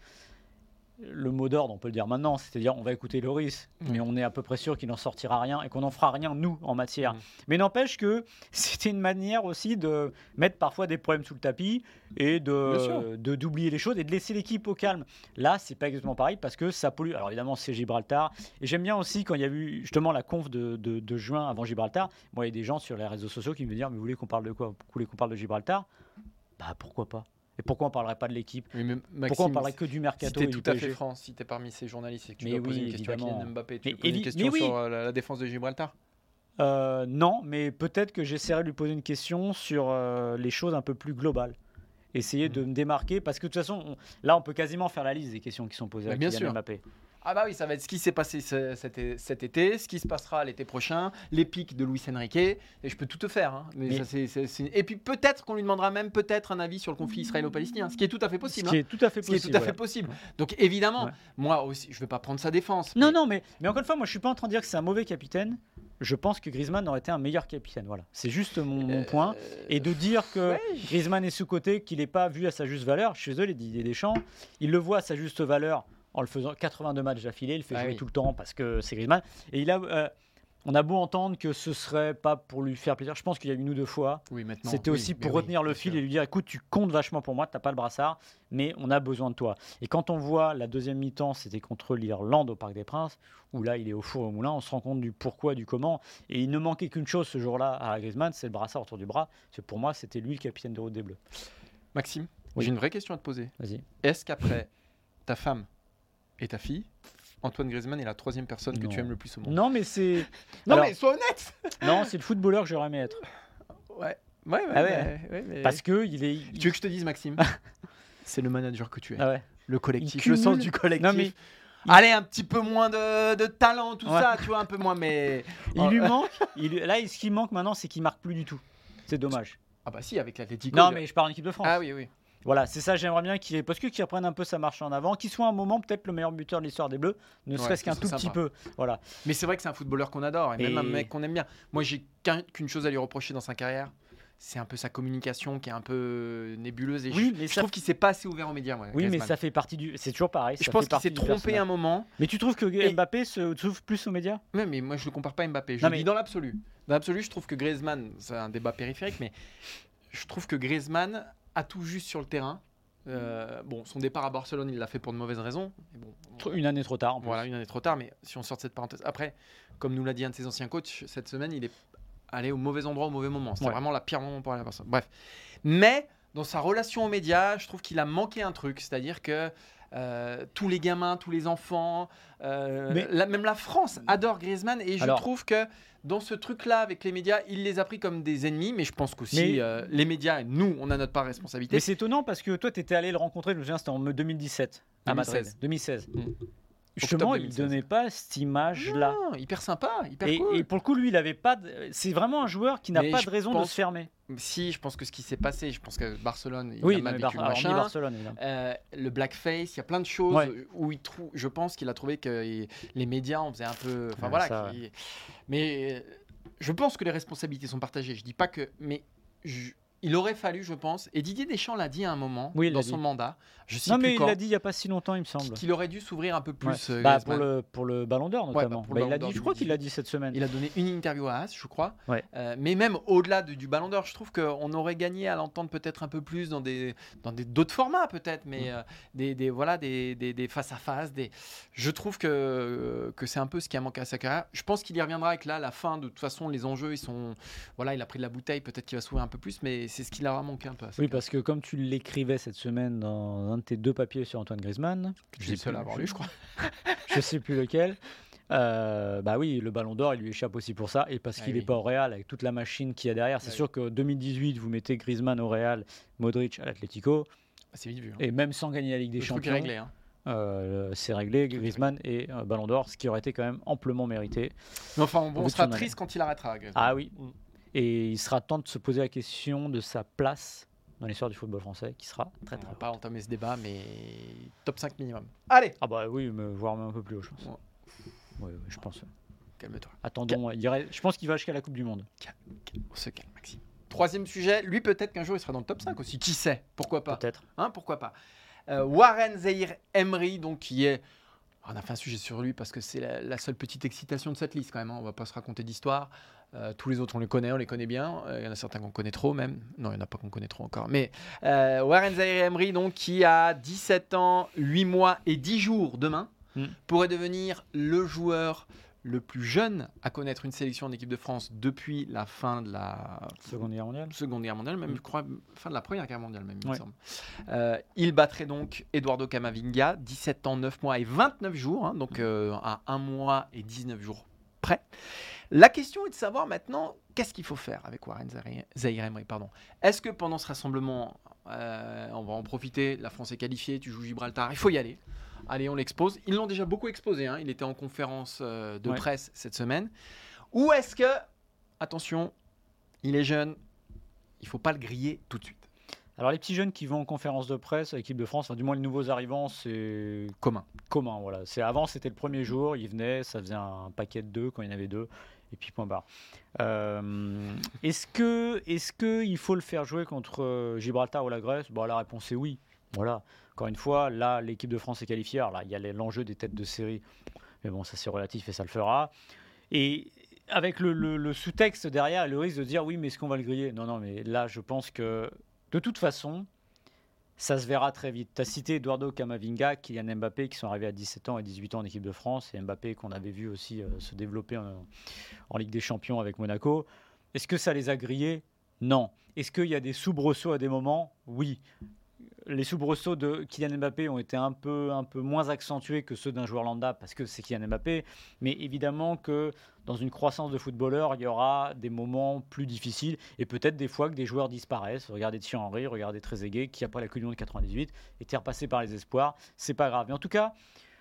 Le mot d'ordre, on peut le dire maintenant, c'est-à-dire on va écouter Loris, mmh. mais on est à peu près sûr qu'il n'en sortira rien et qu'on n'en fera rien, nous, en matière. Mmh. Mais n'empêche que c'était une manière aussi de mettre parfois des problèmes sous le tapis et de, de, d'oublier les choses et de laisser l'équipe au calme. Là, c'est pas exactement pareil parce que ça pollue. Alors évidemment, c'est Gibraltar. Et j'aime bien aussi quand il y a eu justement la conf de, de, de juin avant Gibraltar, moi, il y a des gens sur les réseaux sociaux qui me disent « Mais vous voulez qu'on parle de quoi ? Vous voulez qu'on parle de Gibraltar ?» Bah pourquoi pas ? Et pourquoi on ne parlerait pas de l'équipe ? oui, Maxime, pourquoi on ne parlerait que du mercato si et du tout à fait franc, si tu es parmi ces journalistes et que tu mais dois oui, poser une question évidemment. à Kylian Mbappé, tu mais, veux poser évi- une question oui. sur la, la défense de Gibraltar ? euh, Non, mais peut-être que j'essaierai de lui poser une question sur euh, les choses un peu plus globales. Essayer mmh. de me démarquer, parce que de toute façon, on, là, on peut quasiment faire la liste des questions qui sont posées bah, à Kylian Mbappé. Ah bah oui, ça va être ce qui s'est passé ce, cet, cet été, ce qui se passera l'été prochain, les pics de Luis Enrique, et je peux tout te faire. Hein. Mais mais ça, c'est, c'est, c'est... Et puis peut-être qu'on lui demandera même peut-être un avis sur le conflit israélo-palestinien, ce qui est tout à fait possible. Ce qui est tout à fait possible. Ce qui est tout à fait voilà. possible. Donc évidemment, ouais. moi aussi, je ne vais pas prendre sa défense. Non, mais... non, mais, mais encore une fois, moi je ne suis pas en train de dire que c'est un mauvais capitaine. Je pense que Griezmann aurait été un meilleur capitaine. Voilà. C'est juste mon, mon euh... point. Et de dire que ouais. Griezmann est sous-coté, qu'il n'est pas vu à sa juste valeur, je suis désolé, Didier Deschamps, il le voit à sa juste valeur en le faisant quatre-vingt-deux matchs d'affilée, il le fait ah jouer oui. tout le temps parce que c'est Griezmann. Et il a, euh, on a beau entendre que ce serait pas pour lui faire plaisir, je pense qu'il y a une ou deux fois. Oui, c'était oui, aussi pour retenir oui, le fil sûr. Et lui dire écoute, tu comptes vachement pour moi, tu n'as pas le brassard, mais on a besoin de toi. Et quand on voit la deuxième mi-temps, c'était contre l'Irlande au Parc des Princes, où là il est au four et au moulin, on se rend compte du pourquoi, du comment. Et il ne manquait qu'une chose ce jour-là à Griezmann, c'est le brassard autour du bras. Parce que pour moi, c'était lui le capitaine de route des Bleus. Maxime, oui. j'ai une vraie question à te poser. Vas-y. Est-ce qu'après ta femme et ta fille, Antoine Griezmann est la troisième personne non. que tu aimes le plus au monde? Non, mais c'est. non, Alors, mais sois honnête. Non, c'est le footballeur que j'aurais aimé être. Ouais. Ouais, ouais, ah ouais. Mais, ouais mais... Parce que il est. Tu veux que je te dise, Maxime? C'est le manager que tu es. Ah ouais. Le collectif, cumule... le sens du collectif. Non, mais... il... Allez, un petit peu moins de, de talent, tout ouais. ça, tu vois, un peu moins, mais. Il lui manque. Il... Là, ce qui manque maintenant, c'est qu'il marque plus du tout. C'est dommage. Ah bah si, avec l'Atlético. Non, il... mais je parle en équipe de France. Ah oui, oui. Voilà, c'est ça, j'aimerais bien qu'il parce que qu'il reprenne un peu sa marche en avant, qu'il soit un moment peut-être le meilleur buteur de l'histoire des Bleus, ne ouais, serait-ce qu'un tout sympa. Petit peu. Voilà. Mais c'est vrai que c'est un footballeur qu'on adore et, et... même un mec qu'on aime bien. Moi, j'ai qu'une chose à lui reprocher dans sa carrière, c'est un peu sa communication qui est un peu nébuleuse et oui, je, mais je ça... trouve qu'il s'est pas assez ouvert aux médias. Moi, oui, Griezmann. Mais ça fait partie du. C'est toujours pareil. Je pense qu'il s'est trompé un moment. Mais tu trouves que et... Mbappé se trouve plus aux médias? Oui, mais moi je le compare pas à Mbappé. Je non, le mais... dis dans l'absolu. Dans l'absolu, je trouve que Griezmann, c'est un débat périphérique, mais je trouve que Griezmann a tout juste sur le terrain. Euh, bon, son départ à Barcelone, il l'a fait pour de mauvaises raisons. Bon, on... Une année trop tard. En plus. Voilà, une année trop tard. Mais si on sort de cette parenthèse, après, comme nous l'a dit un de ses anciens coachs cette semaine, il est allé au mauvais endroit au mauvais moment. C'était ouais. vraiment la pire moment pour aller à Barcelone. Bref, mais dans sa relation aux médias, je trouve qu'il a manqué un truc, c'est-à-dire que euh, tous les gamins, tous les enfants, euh, mais... la, même la France adore Griezmann, et je Alors... trouve que dans ce truc-là, avec les médias, il les a pris comme des ennemis, mais je pense qu'aussi mais... euh, les médias, nous, on a notre part de responsabilité. Mais c'est étonnant parce que toi, tu étais allé le rencontrer, je me souviens, c'était en deux mille dix-sept à Madrid. deux mille seize. Mmh. Justement, il ne donnait pas cette image-là. Non, hyper sympa, hyper et, cool. Et pour le coup, lui, il avait pas. De... C'est vraiment un joueur qui n'a mais pas de raison pense... de se fermer. Si, je pense que ce qui s'est passé, je pense que Barcelone, il oui, a mal vécu Bar- le machin. Barcelone, euh, le blackface, il y a plein de choses ouais. où il trouve. Je pense qu'il a trouvé que il... les médias en faisaient un peu. Enfin ouais, voilà. Ça, qui... ouais. Mais je pense que les responsabilités sont partagées. Je dis pas que, mais je... il aurait fallu, je pense, et Didier Deschamps l'a dit à un moment oui, dans son dit. mandat. Je sais non, plus mais quand, il l'a dit il y a pas si longtemps, il me semble. Qu'il aurait dû s'ouvrir un peu plus. Ouais. Euh, bah, pour le pour le Ballon d'Or notamment. Ouais, bah, bah, le il a dit, je crois qu'il l'a dit cette semaine. Il a donné une interview à As, je crois. Ouais. Euh, mais même au-delà de, du Ballon d'Or, je trouve qu'on aurait gagné à l'entendre peut-être un peu plus dans des dans des d'autres formats peut-être, mais mmh. euh, des, des voilà des, des des face à face. Des. Je trouve que euh, que c'est un peu ce qui a manqué à sa carrière. Je pense qu'il y reviendra avec là la fin. De toute façon, les enjeux ils sont voilà, il a pris de la bouteille, peut-être qu'il va s'ouvrir un peu plus, mais c'est ce qui leur a manqué un peu. Oui, parce que comme tu l'écrivais cette semaine dans un de tes deux papiers sur Antoine Griezmann, je suis le seul à avoir lu, je crois. Je ne sais plus lequel. Euh, bah oui, le Ballon d'Or, il lui échappe aussi pour ça, et parce ah qu'il n'est oui. pas au Real avec toute la machine qu'il y a derrière. C'est ah sûr oui. que deux mille dix-huit, vous mettez Griezmann au Real, Modric à l'Atlético, bah, c'est vite vu. Hein. Et même sans gagner la Ligue des le Champions, réglé, hein. euh, c'est réglé. Griezmann et euh, Ballon d'Or, ce qui aurait été quand même amplement mérité. Mais enfin, bon, on sera triste quand il arrêtera. Griezmann. Ah oui, mm. Et il sera temps de se poser la question de sa place dans l'histoire du football français, qui sera très très. On va pas entamer ce débat, mais top cinq minimum. Allez. Ah bah oui, mais voire même un peu plus haut, je pense. Ouais. Oui, oui, je pense. Calme-toi. Attendons, il irait, je pense qu'il va jusqu'à la Coupe du Monde. Calme, calme, on se calme, Maxime. Troisième sujet, lui peut-être qu'un jour il sera dans le top cinq aussi. Qui sait? Pourquoi pas? Peut-être. Hein, pourquoi pas euh, Warren Zaïre Emery, donc qui est... On a fait un sujet sur lui parce que c'est la, la seule petite excitation de cette liste quand même. Hein. On va pas se raconter d'histoire. Euh, tous les autres, on les connaît, on les connaît bien. Il euh, y en a certains qu'on connaît trop même. Non, il n'y en a pas qu'on connaît trop encore. Mais euh, Warren Zaïre Emery, donc, qui a dix-sept ans, huit mois et dix jours demain, mm. pourrait devenir le joueur le plus jeune à connaître une sélection en équipe de France depuis la fin de la Seconde Guerre mondiale. Seconde Guerre mondiale, même, mmh. je crois, fin de la Première Guerre mondiale, même, il ouais. me semble. Euh, il battrait donc Eduardo Camavinga, dix-sept ans, neuf mois et vingt-neuf jours, hein, donc euh, à un mois et dix-neuf jours près. La question est de savoir maintenant, qu'est-ce qu'il faut faire avec Warren Zaïre Emery, pardon. Est-ce que pendant ce rassemblement, euh, on va en profiter, la France est qualifiée, tu joues Gibraltar, il faut y aller. Allez, on l'expose. Ils l'ont déjà beaucoup exposé. Hein. Il était en conférence euh, de ouais. presse cette semaine. Ou est-ce que, attention, il est jeune, il ne faut pas le griller tout de suite? Alors, les petits jeunes qui vont en conférence de presse à l'équipe de France, enfin, du moins les nouveaux arrivants, c'est commun. Commun, voilà. C'est, avant, c'était le premier jour. Ils venaient, ça faisait un paquet de deux quand il y en avait deux. Et puis, point barre. Euh, est-ce que, est-ce qu'il faut le faire jouer contre Gibraltar ou la Grèce? Bon, la réponse est oui. Voilà. Encore une fois, là, l'équipe de France est qualifiée. Alors là, il y a l'enjeu des têtes de série. Mais bon, ça, c'est relatif et ça le fera. Et avec le, le, le sous-texte derrière, le risque de dire oui, mais est-ce qu'on va le griller? Non, non, mais là, je pense que de toute façon, ça se verra très vite. Tu as cité Eduardo Camavinga, Kylian Mbappé, qui sont arrivés à dix-sept ans et dix-huit ans en équipe de France. Et Mbappé, qu'on avait vu aussi euh, se développer en, en Ligue des Champions avec Monaco. Est-ce que ça les a grillés? Non. Est-ce qu'il y a des soubresauts à des moments? Oui. Les soubresauts de Kylian Mbappé ont été un peu, un peu moins accentués que ceux d'un joueur lambda parce que c'est Kylian Mbappé. Mais évidemment que dans une croissance de footballeur, il y aura des moments plus difficiles et peut-être des fois que des joueurs disparaissent. Regardez Thierry Henry, regardez Trezeguet qui après la Coupe du Monde quatre-vingt-dix-huit était repassé par les espoirs. C'est pas grave. Mais en tout cas,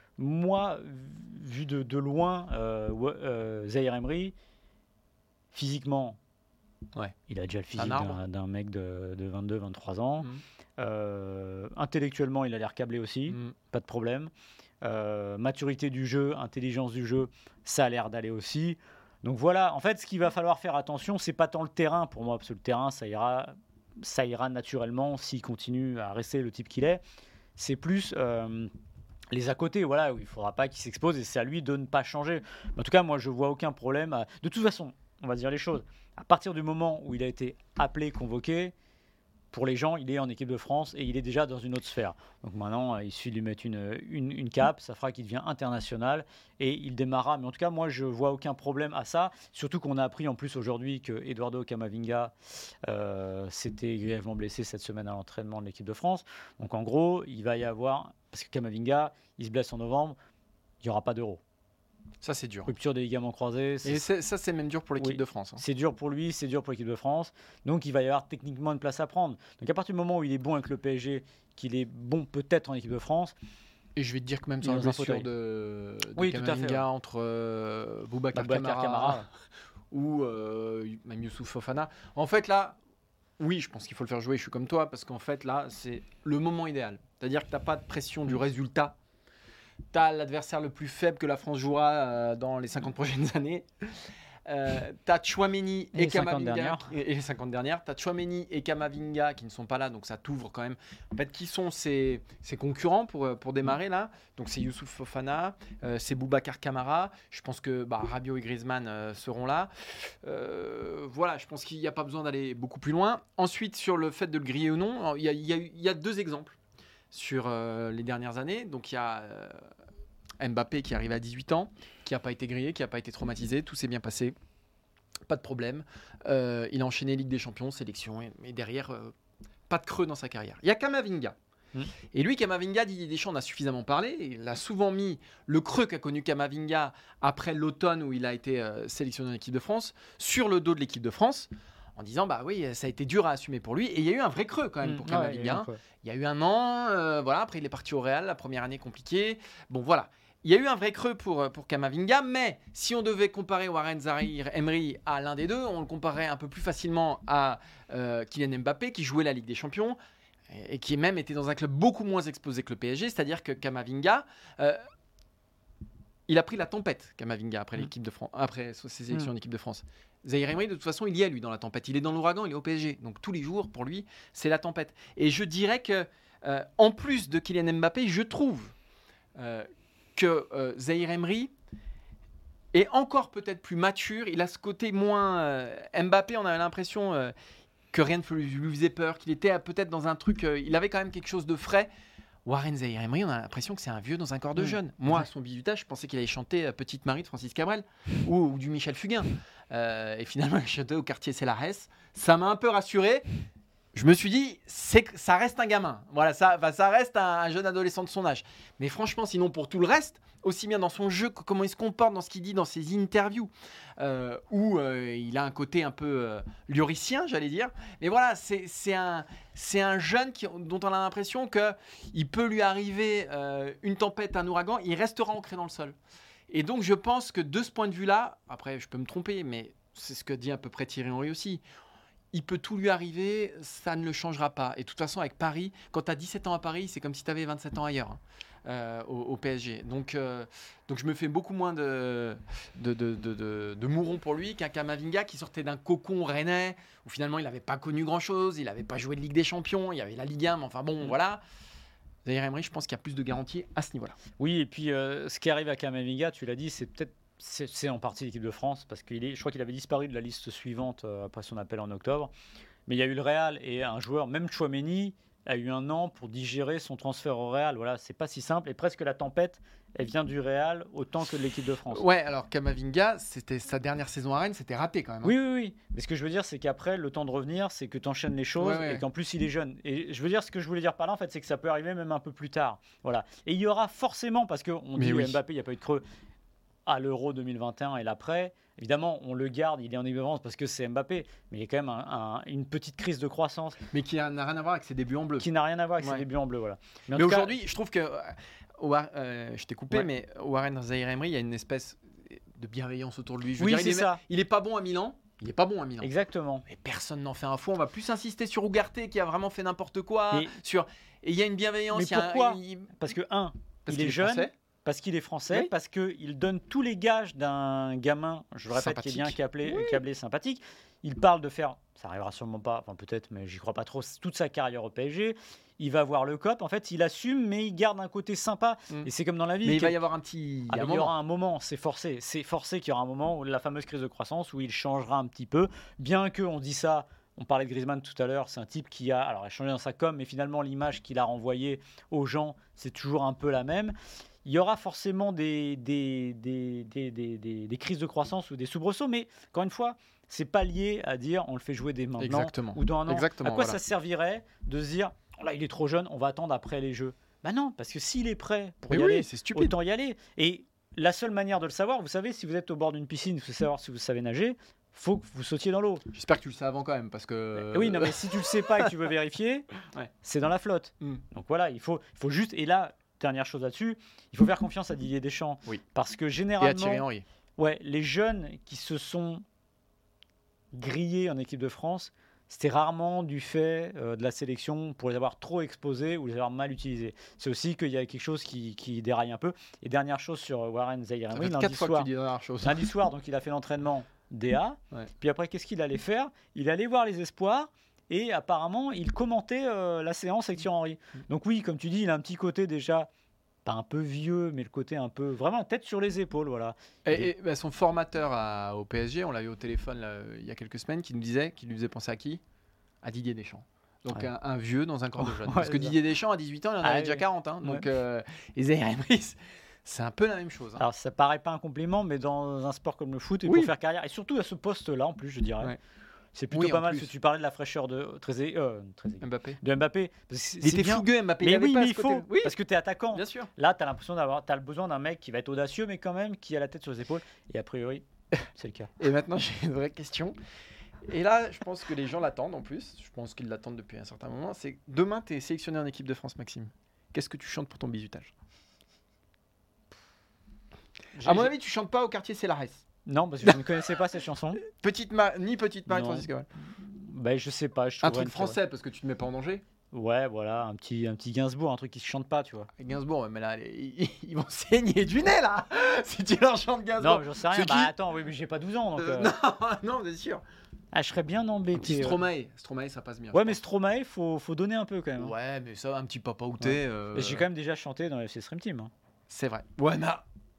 moi, vu de, de loin, euh, euh, Zaïre Emery, physiquement, ouais. il a déjà le physique d'un, d'un mec de, de vingt-deux vingt-trois ans. Mmh. Euh, intellectuellement, il a l'air câblé aussi, mmh. pas de problème. Euh, maturité du jeu, intelligence du jeu, ça a l'air d'aller aussi. Donc voilà, en fait, ce qu'il va falloir faire attention, c'est pas tant le terrain pour moi, parce que le terrain, ça ira, ça ira naturellement s'il continue à rester le type qu'il est. C'est plus euh, les à côté, voilà, où il faudra pas qu'il s'expose et c'est à lui de ne pas changer. En tout cas, moi, je vois aucun problème. À... De toute façon, on va dire les choses. À partir du moment où il a été appelé, convoqué, pour les gens, il est en équipe de France et il est déjà dans une autre sphère. Donc maintenant, il suffit de lui mettre une, une, une cape, ça fera qu'il devient international et il démarrera. Mais en tout cas, moi, je ne vois aucun problème à ça. Surtout qu'on a appris en plus aujourd'hui que Eduardo Camavinga euh, s'était grièvement blessé cette semaine à l'entraînement de l'équipe de France. Donc en gros, il va y avoir... Parce que Camavinga, il se blesse en novembre, il n'y aura pas d'Euro. Ça, c'est dur. Rupture des ligaments croisés. C'est... Et c'est, ça, c'est même dur pour l'équipe oui, de France. Hein. C'est dur pour lui, c'est dur pour l'équipe de France. Donc, il va y avoir techniquement une place à prendre. Donc, à partir du moment où il est bon avec le P S G, qu'il est bon peut-être en équipe de France. Et je vais te dire que même sans la blessure de, de oui, Camavinga fait, ouais. entre euh, Boubacar Kamara, Kamara ou euh, même Youssouf Fofana. En fait, là, oui, je pense qu'il faut le faire jouer. Je suis comme toi parce qu'en fait, là, c'est le moment idéal. C'est-à-dire que tu n'as pas de pression du résultat. Tu as l'adversaire le plus faible que la France jouera euh, dans les cinquante prochaines années. Euh, tu as Tchouaméni et, et Camavinga et, et les cinquante dernières. Tu as Tchouaméni et Camavinga qui ne sont pas là, donc ça t'ouvre quand même. En fait, qui sont ses, ses concurrents pour, pour démarrer là? Donc c'est Youssouf Fofana, euh, c'est Boubacar Kamara. Je pense que bah, Rabiot et Griezmann euh, seront là. Euh, voilà, je pense qu'il n'y a pas besoin d'aller beaucoup plus loin. Ensuite, sur le fait de le griller ou non, il y, y, y a deux exemples sur euh, les dernières années. Donc il y a euh, Mbappé qui arrive à dix-huit ans, qui n'a pas été grillé, qui n'a pas été traumatisé, tout s'est bien passé. pas de problème. Euh, il a enchaîné Ligue des Champions, sélection, et, et derrière, euh, pas de creux dans sa carrière. Il y a Camavinga. Mmh. Et lui, Camavinga, Didier Deschamps en a suffisamment parlé. Il a souvent mis le creux qu'a connu Camavinga après l'automne où il a été euh, sélectionné en équipe de France sur le dos de l'équipe de France, en disant bah oui, ça a été dur à assumer pour lui. Et il y a eu un vrai creux quand même mmh. pour Camavinga. Ouais, il, y a eu un an, euh, voilà. Après il est parti au Real, la première année compliquée. Bon voilà. Il y a eu un vrai creux pour, pour Camavinga, mais si on devait comparer Warren Zaïre-Emery à l'un des deux, on le comparait un peu plus facilement à euh, Kylian Mbappé qui jouait la Ligue des Champions et, et qui même était dans un club beaucoup moins exposé que le P S G, c'est-à-dire que Camavinga, euh, il a pris la tempête, Camavinga, après, l'équipe de France, après ses élections mmh. en équipe de France. Zaïre-Emery, de toute façon, il y est, lui, dans la tempête. Il est dans l'ouragan, il est au P S G. Donc tous les jours, pour lui, c'est la tempête. Et je dirais que, euh, en plus de Kylian Mbappé, je trouve... Euh, que euh, Zaïre-Emery est encore peut-être plus mature. Il a ce côté moins... Euh, Mbappé, on avait l'impression euh, que rien ne lui faisait peur, qu'il était peut-être dans un truc... Euh, il avait quand même quelque chose de frais. Warren Zaïre-Emery, on a l'impression que c'est un vieux dans un corps de mmh. jeune. Moi, à son bisutage, je pensais qu'il allait chanter euh, Petite Marie de Francis Cabrel ou, ou du Michel Fugain. Euh, et finalement, il chantait au quartier Célarès. Ça m'a un peu rassuré. Je me suis dit, c'est, ça reste un gamin. Voilà, ça, enfin, ça reste un, un jeune adolescent de son âge. Mais franchement, sinon, pour tout le reste, aussi bien dans son jeu que comment il se comporte, dans ce qu'il dit, dans ses interviews, euh, où euh, il a un côté un peu euh, lyricien, j'allais dire. Mais voilà, c'est, c'est, un, c'est un jeune qui, dont on a l'impression qu'il peut lui arriver euh, une tempête, un ouragan, il restera ancré dans le sol. Et donc, je pense que de ce point de vue-là, après, je peux me tromper, mais c'est ce que dit à peu près Thierry Henry aussi, il peut tout lui arriver, ça ne le changera pas. Et de toute façon, avec Paris, quand tu as dix-sept ans à Paris, c'est comme si tu avais vingt-sept ans ailleurs, hein, euh, au, au P S G. Donc, euh, donc je me fais beaucoup moins de, de, de, de, de, de mourons pour lui qu'un Camavinga qui sortait d'un cocon rennais, où finalement il n'avait pas connu grand-chose, il n'avait pas joué de Ligue des Champions, il y avait la Ligue un, mais enfin bon, mmh. voilà. Zaïre-Emery, je pense qu'il y a plus de garanties à ce niveau-là. Oui, et puis euh, ce qui arrive à Camavinga, tu l'as dit, c'est peut-être C'est, c'est en partie l'équipe de France, parce qu'il est, je crois qu'il avait disparu de la liste suivante euh, après son appel en octobre. Mais il y a eu le Real et un joueur, même Tchouaméni, a eu un an pour digérer son transfert au Real. Voilà, c'est pas si simple. Et presque la tempête, elle vient du Real autant que de l'équipe de France. Ouais, alors Camavinga, c'était sa dernière saison à Rennes, c'était raté quand même. Hein. Oui, oui, oui. Mais ce que je veux dire, c'est qu'après, le temps de revenir, c'est que tu enchaînes les choses, ouais, ouais. et qu'en plus, il est jeune. Et je veux dire, ce que je voulais dire par là, en fait, c'est que ça peut arriver même un peu plus tard. Voilà. Et il y aura forcément, parce qu'on dit oui. Mbappé, il n'y a pas eu de creux à l'Euro deux mille vingt et un et l'après. Évidemment, on le garde, il est en évidence parce que c'est Mbappé, mais il y a quand même un, un, une petite crise de croissance. Mais qui n'a rien à voir avec ses débuts en bleu. Qui n'a rien à voir avec ouais. ses débuts en bleu, voilà. Mais, mais aujourd'hui, cas, je trouve que... Euh, je t'ai coupé, ouais. mais Warren Zaïre-Emery, il y a une espèce de bienveillance autour de lui. Je veux oui, dire, c'est il, est, ça. il est pas bon à Milan. Il est pas bon à Milan. Exactement. Mais personne n'en fait un fou. On va plus insister sur Ugarte qui a vraiment fait n'importe quoi. Et, sur... et il y a une bienveillance. Mais il y a pourquoi un... il... Parce que, un, parce il est, est jeune. Français. Parce qu'il est français, oui. parce qu'il donne tous les gages d'un gamin, je le répète, sympathique. Qui est bien câblé, oui. câblé, sympathique. Il parle de faire, ça n'arrivera sûrement pas, enfin peut-être, mais j'y crois pas trop, toute sa carrière au P S G. Il va voir le C O P, en fait, il assume, mais il garde un côté sympa. Mm. Et c'est comme dans la vie. Mais il va y avoir un petit. Ah, il y aura un moment, c'est forcé. C'est forcé qu'il y aura un moment où la fameuse crise de croissance, où il changera un petit peu. Bien qu'on dit ça. On parlait de Griezmann tout à l'heure, c'est un type qui a, alors, a changé dans sa com, mais finalement, l'image qu'il a renvoyée aux gens, c'est toujours un peu la même. Il y aura forcément des, des, des, des, des, des, des crises de croissance ou des soubresauts, mais encore une fois, c'est pas lié à dire on le fait jouer dès maintenant Exactement. ou dans un an. Exactement, à quoi voilà. ça servirait de se dire oh là il est trop jeune, on va attendre après les Jeux. Bah non, parce que s'il est prêt pour mais y oui, aller, c'est stupide. Autant y aller. Et la seule manière de le savoir, vous savez, si vous êtes au bord d'une piscine, vous savez savoir si vous savez nager. Faut que vous sautiez dans l'eau. J'espère que tu le sais avant quand même, parce que. Oui, non, mais si tu le sais pas et que tu veux vérifier, ouais. c'est dans la flotte. Mm. Donc voilà, il faut, il faut juste. Et là. Dernière chose là-dessus, il faut faire confiance à Didier Deschamps. Oui. Parce que généralement, et à Thierry Henry. Ouais, les jeunes qui se sont grillés en équipe de France, c'était rarement du fait euh, de la sélection pour les avoir trop exposés ou les avoir mal utilisés. C'est aussi qu'il y a quelque chose qui, qui déraille un peu. Et dernière chose sur Warren Zaïre-Emery, lundi soir, que tu dis dernière chose. lundi soir, donc il a fait l'entraînement D A. Ouais. Puis après, qu'est-ce qu'il allait faire ? Il allait voir les espoirs. Et apparemment, il commentait euh, la séance avec Thierry Henry. Donc oui, comme tu dis, il a un petit côté déjà, pas un peu vieux, mais le côté un peu, vraiment tête sur les épaules, voilà. Et, et, et bah, son formateur à, au P S G, on l'a eu au téléphone là, il y a quelques semaines, qui nous disait, qui lui faisait penser à qui ? À Didier Deschamps. Donc ouais. un, un vieux dans un corps de jeune. Ouais, Parce que Didier Deschamps, à dix-huit ans, il en avait ah, déjà oui. quarante. Hein, donc, ouais. euh, et Zaïre-Emery, C'est un peu la même chose. Hein. Alors, ça paraît pas un compliment, mais dans un sport comme le foot, et oui. pour faire carrière, et surtout à ce poste-là, en plus, je dirais, ouais. c'est plutôt oui, pas mal. Parce que tu parlais de la fraîcheur de Trésé, euh, Trésé, Mbappé. De Mbappé. Il était bien. fougueux, Mbappé. Mais il oui, pas mais il faut, oui. parce que tu es attaquant. Bien sûr. Là, tu as l'impression d'avoir, tu as le besoin d'un mec qui va être audacieux, mais quand même qui a la tête sur les épaules. Et a priori, c'est le cas. Et maintenant, j'ai une vraie question. Et là, je pense que les gens l'attendent en plus. Je pense qu'ils l'attendent depuis un certain moment. C'est demain, tu es sélectionné en équipe de France, Maxime. Qu'est-ce que tu chantes pour ton bisutage ? J'ai, à mon j'ai... avis, tu chantes pas au quartier Célares. Non, parce que je ne connaissais pas cette chanson. Petite Ma... Ni Petite Marie Francis Cabrel. Ben, je sais pas. Je un truc français, parce que tu te mets pas en danger. Ouais, voilà, un petit, un petit Gainsbourg, un truc qui se chante pas, tu vois. Gainsbourg, mais là, ils, ils vont saigner du nez, là, si tu leur chantes Gainsbourg. Non, j'en sais rien. Bah qui... attends, oui, mais j'ai pas douze ans, donc. Euh... non, non, c'est sûr. Ah, je serais bien embêté. Un petit Stromae, ouais. Stromae, ça passe bien. Ouais, mais Stromae, faut, faut donner un peu quand même. Hein. Ouais, mais ça, un petit papa outé. Ouais. Euh... J'ai quand même déjà chanté dans le F C Stream Team. Hein. C'est vrai. Ouais, mais.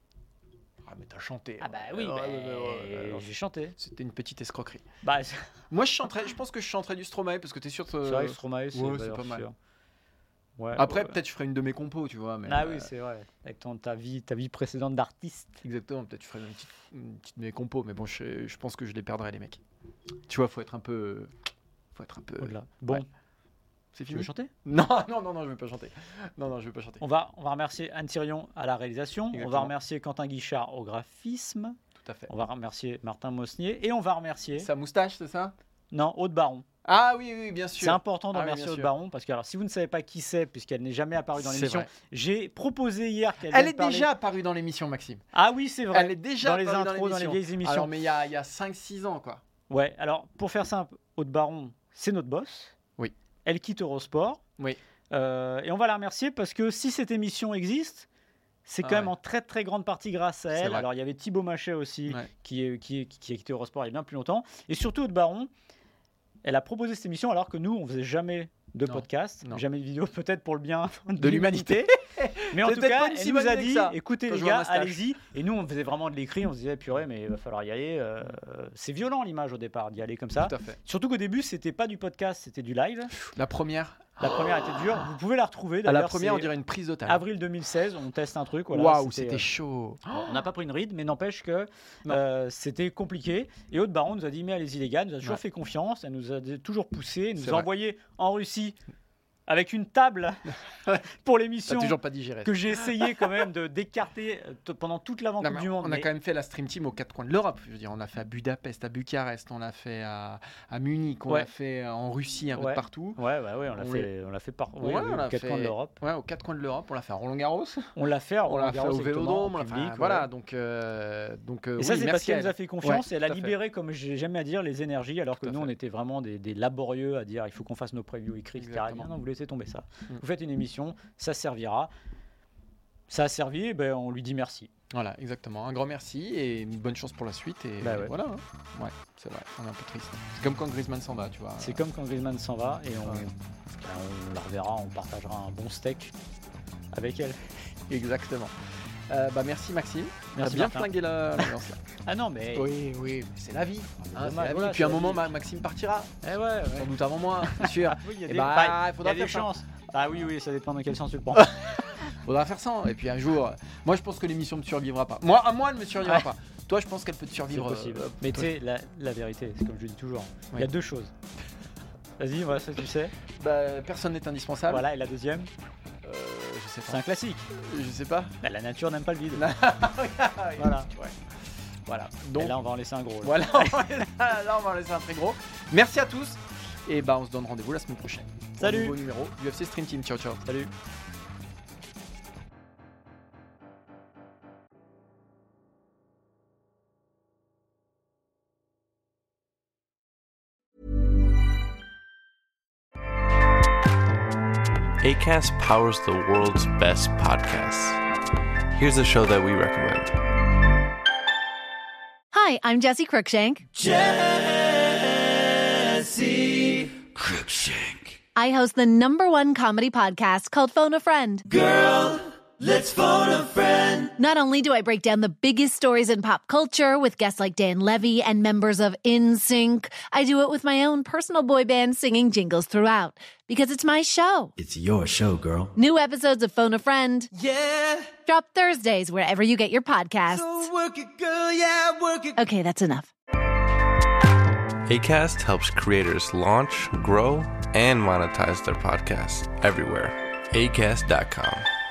Ah, mais t'as chanté. Ah, bah oui, bah, euh, j'ai chanté. C'était une petite escroquerie. Bah, moi, je chanterais, je pense que je chanterais du Stromae parce que t'es sûr que. C'est vrai que Stromae, c'est, ouais, c'est pas mal. Sûr. Ouais, Après, ouais, peut-être je ferais une de mes compos, tu vois. Mais ah euh... oui, c'est vrai. Avec ton, ta, vie, ta vie précédente d'artiste. Exactement, peut-être je ferais une petite, une petite de mes compos, mais bon, je, je pense que je les perdrais, les mecs. Tu vois, faut être un peu. Faut être un peu. Au-delà. Bon. Ouais. C'est fini. Tu veux chanter ? Non, non, non, non, je veux pas chanter. Non, non, je veux pas chanter. On va, on va remercier Anne Thirion à la réalisation. Exactement. On va remercier Quentin Guichard au graphisme. Tout à fait. On va remercier Martin Mosnier et on va remercier. Sa moustache, c'est ça ? Non, Aude Baron. Ah oui, oui, bien sûr. C'est important de ah, remercier oui, Aude Baron parce que alors, si vous ne savez pas qui c'est, puisqu'elle n'est jamais apparue dans l'émission, vrai. J'ai proposé hier qu'elle Elle est parler... déjà apparue dans l'émission, Maxime. Ah oui, c'est vrai. Elle est déjà dans les intros, dans, dans les vieilles émissions. Alors, mais il y a, y a cinq six ans, quoi. Ouais, alors pour faire simple, Aude Baron, c'est notre boss. Oui. Elle quitte Eurosport. Oui. Euh, et on va la remercier parce que si cette émission existe, c'est quand ah, même ouais. en très très grande partie grâce à elle. Alors il y avait Thibaut Machet aussi ouais. qui, qui, qui, qui a quitté Eurosport il y a bien plus longtemps. Et surtout Aude Baron, elle a proposé cette émission alors que nous on faisait jamais de non, podcast, non. jamais de vidéo, peut-être pour le bien de, de l'humanité. Mais en tout cas, elle nous a dit, écoutez les gars, allez-y. Et nous, on faisait vraiment de l'écrit, on se disait, purée, mais il va falloir y aller. Euh, c'est violent l'image au départ, d'y aller comme ça. Tout à fait. Surtout qu'au début, c'était pas du podcast, c'était du live. La première. La première était dure. Vous pouvez la retrouver. D'ailleurs, à la première, on dirait une prise d'otage. Avril deux mille seize, on teste un truc. Voilà, Waouh, c'était, c'était chaud. Euh, on n'a pas pris une ride, mais n'empêche que euh, c'était compliqué. Et Aude Baron nous a dit, mais allez-y les gars, nous a toujours ouais. fait confiance, elle nous a toujours poussé, nous a envoyé en Russie. Avec une table pour l'émission toujours pas digéré. Que j'ai essayé quand même de d'écarter t- pendant toute l'avant-coupe du monde. On mais... a quand même fait la Stream Team aux quatre coins de l'Europe. Je veux dire, on l'a fait à Budapest, à Bucarest, on l'a fait à, à Munich, on ouais. l'a fait en Russie, un ouais. peu partout. Ouais, ouais, ouais, on l'a on fait, on l'a fait par ouais, ouais, aux quatre fait... coins de l'Europe. Ouais, aux quatre coins de l'Europe, on l'a fait à Roland-Garros. On l'a fait à Roland-Garros, on l'a fait au Vélodrome, public, enfin, ouais. voilà. Donc, euh, donc. Euh, et oui, ça, c'est parce qu'elle nous a fait confiance ouais, et elle a libéré, comme j'ai jamais à dire, les énergies, alors que nous, on était vraiment des laborieux à dire, il faut qu'on fasse nos previews écrits, et cetera. Non, vous laissez tomber ça. Vous faites une émission, ça servira. Ça a servi, et ben on lui dit merci. Voilà, exactement. Un grand merci et une bonne chance pour la suite. Et bah ouais. voilà. Hein. Ouais, c'est vrai. On est un peu triste. C'est comme quand Griezmann s'en va, tu vois. C'est comme quand Griezmann s'en va et on, ouais. on la reverra, on partagera un bon steak avec elle. Exactement. Euh, bah merci Maxime. Merci. T'as bien flingué la l'ambiance là. Ah non mais. Oui, oui, c'est la vie. Hein, c'est la vie. Voilà, puis à un moment, ma- Maxime partira. Eh ouais, ouais. Sans doute avant moi, c'est sûr. Oui, il y a et des, bah, bah, il faudra y a des faire chances. Ah oui, oui, ça dépend dans quel sens tu le prends. Faudra faire ça. Et puis un jour, moi je pense que l'émission ne me survivra pas. Moi, à moi, elle ne me survivra ouais. pas. Toi, je pense qu'elle peut te survivre. C'est possible. Euh, mais tu sais, la, la vérité, c'est comme je dis toujours. Il oui. y a deux choses. Vas-y, voilà, ça tu sais. Bah, personne n'est indispensable. Voilà, et la deuxième euh, je sais pas. C'est un classique. Je sais pas. Bah, la nature n'aime pas le vide. Voilà. Ouais. Voilà. Donc, et là, on va en laisser un gros. Voilà. Là, on va en laisser un très gros. Merci à tous. Et bah, on se donne rendez-vous la semaine prochaine. Salut. Un nouveau numéro du U F C Stream Team. Ciao, ciao. Salut. Acast powers the world's best podcasts. Here's a show that we recommend. Hi, I'm Jesse Cruikshank. Jesse Cruikshank. I host the number one comedy podcast called Phone a Friend. Girl, Let's phone a friend. Not only do I break down the biggest stories in pop culture with guests like Dan Levy and members of N Sync, I do it with my own personal boy band singing jingles throughout. Because it's my show. It's your show, girl. New episodes of Phone a Friend. Yeah. Drop Thursdays wherever you get your podcasts. So work it, girl, yeah, work it. Okay, that's enough. Acast helps creators launch, grow, and monetize their podcasts everywhere. Acast dot com.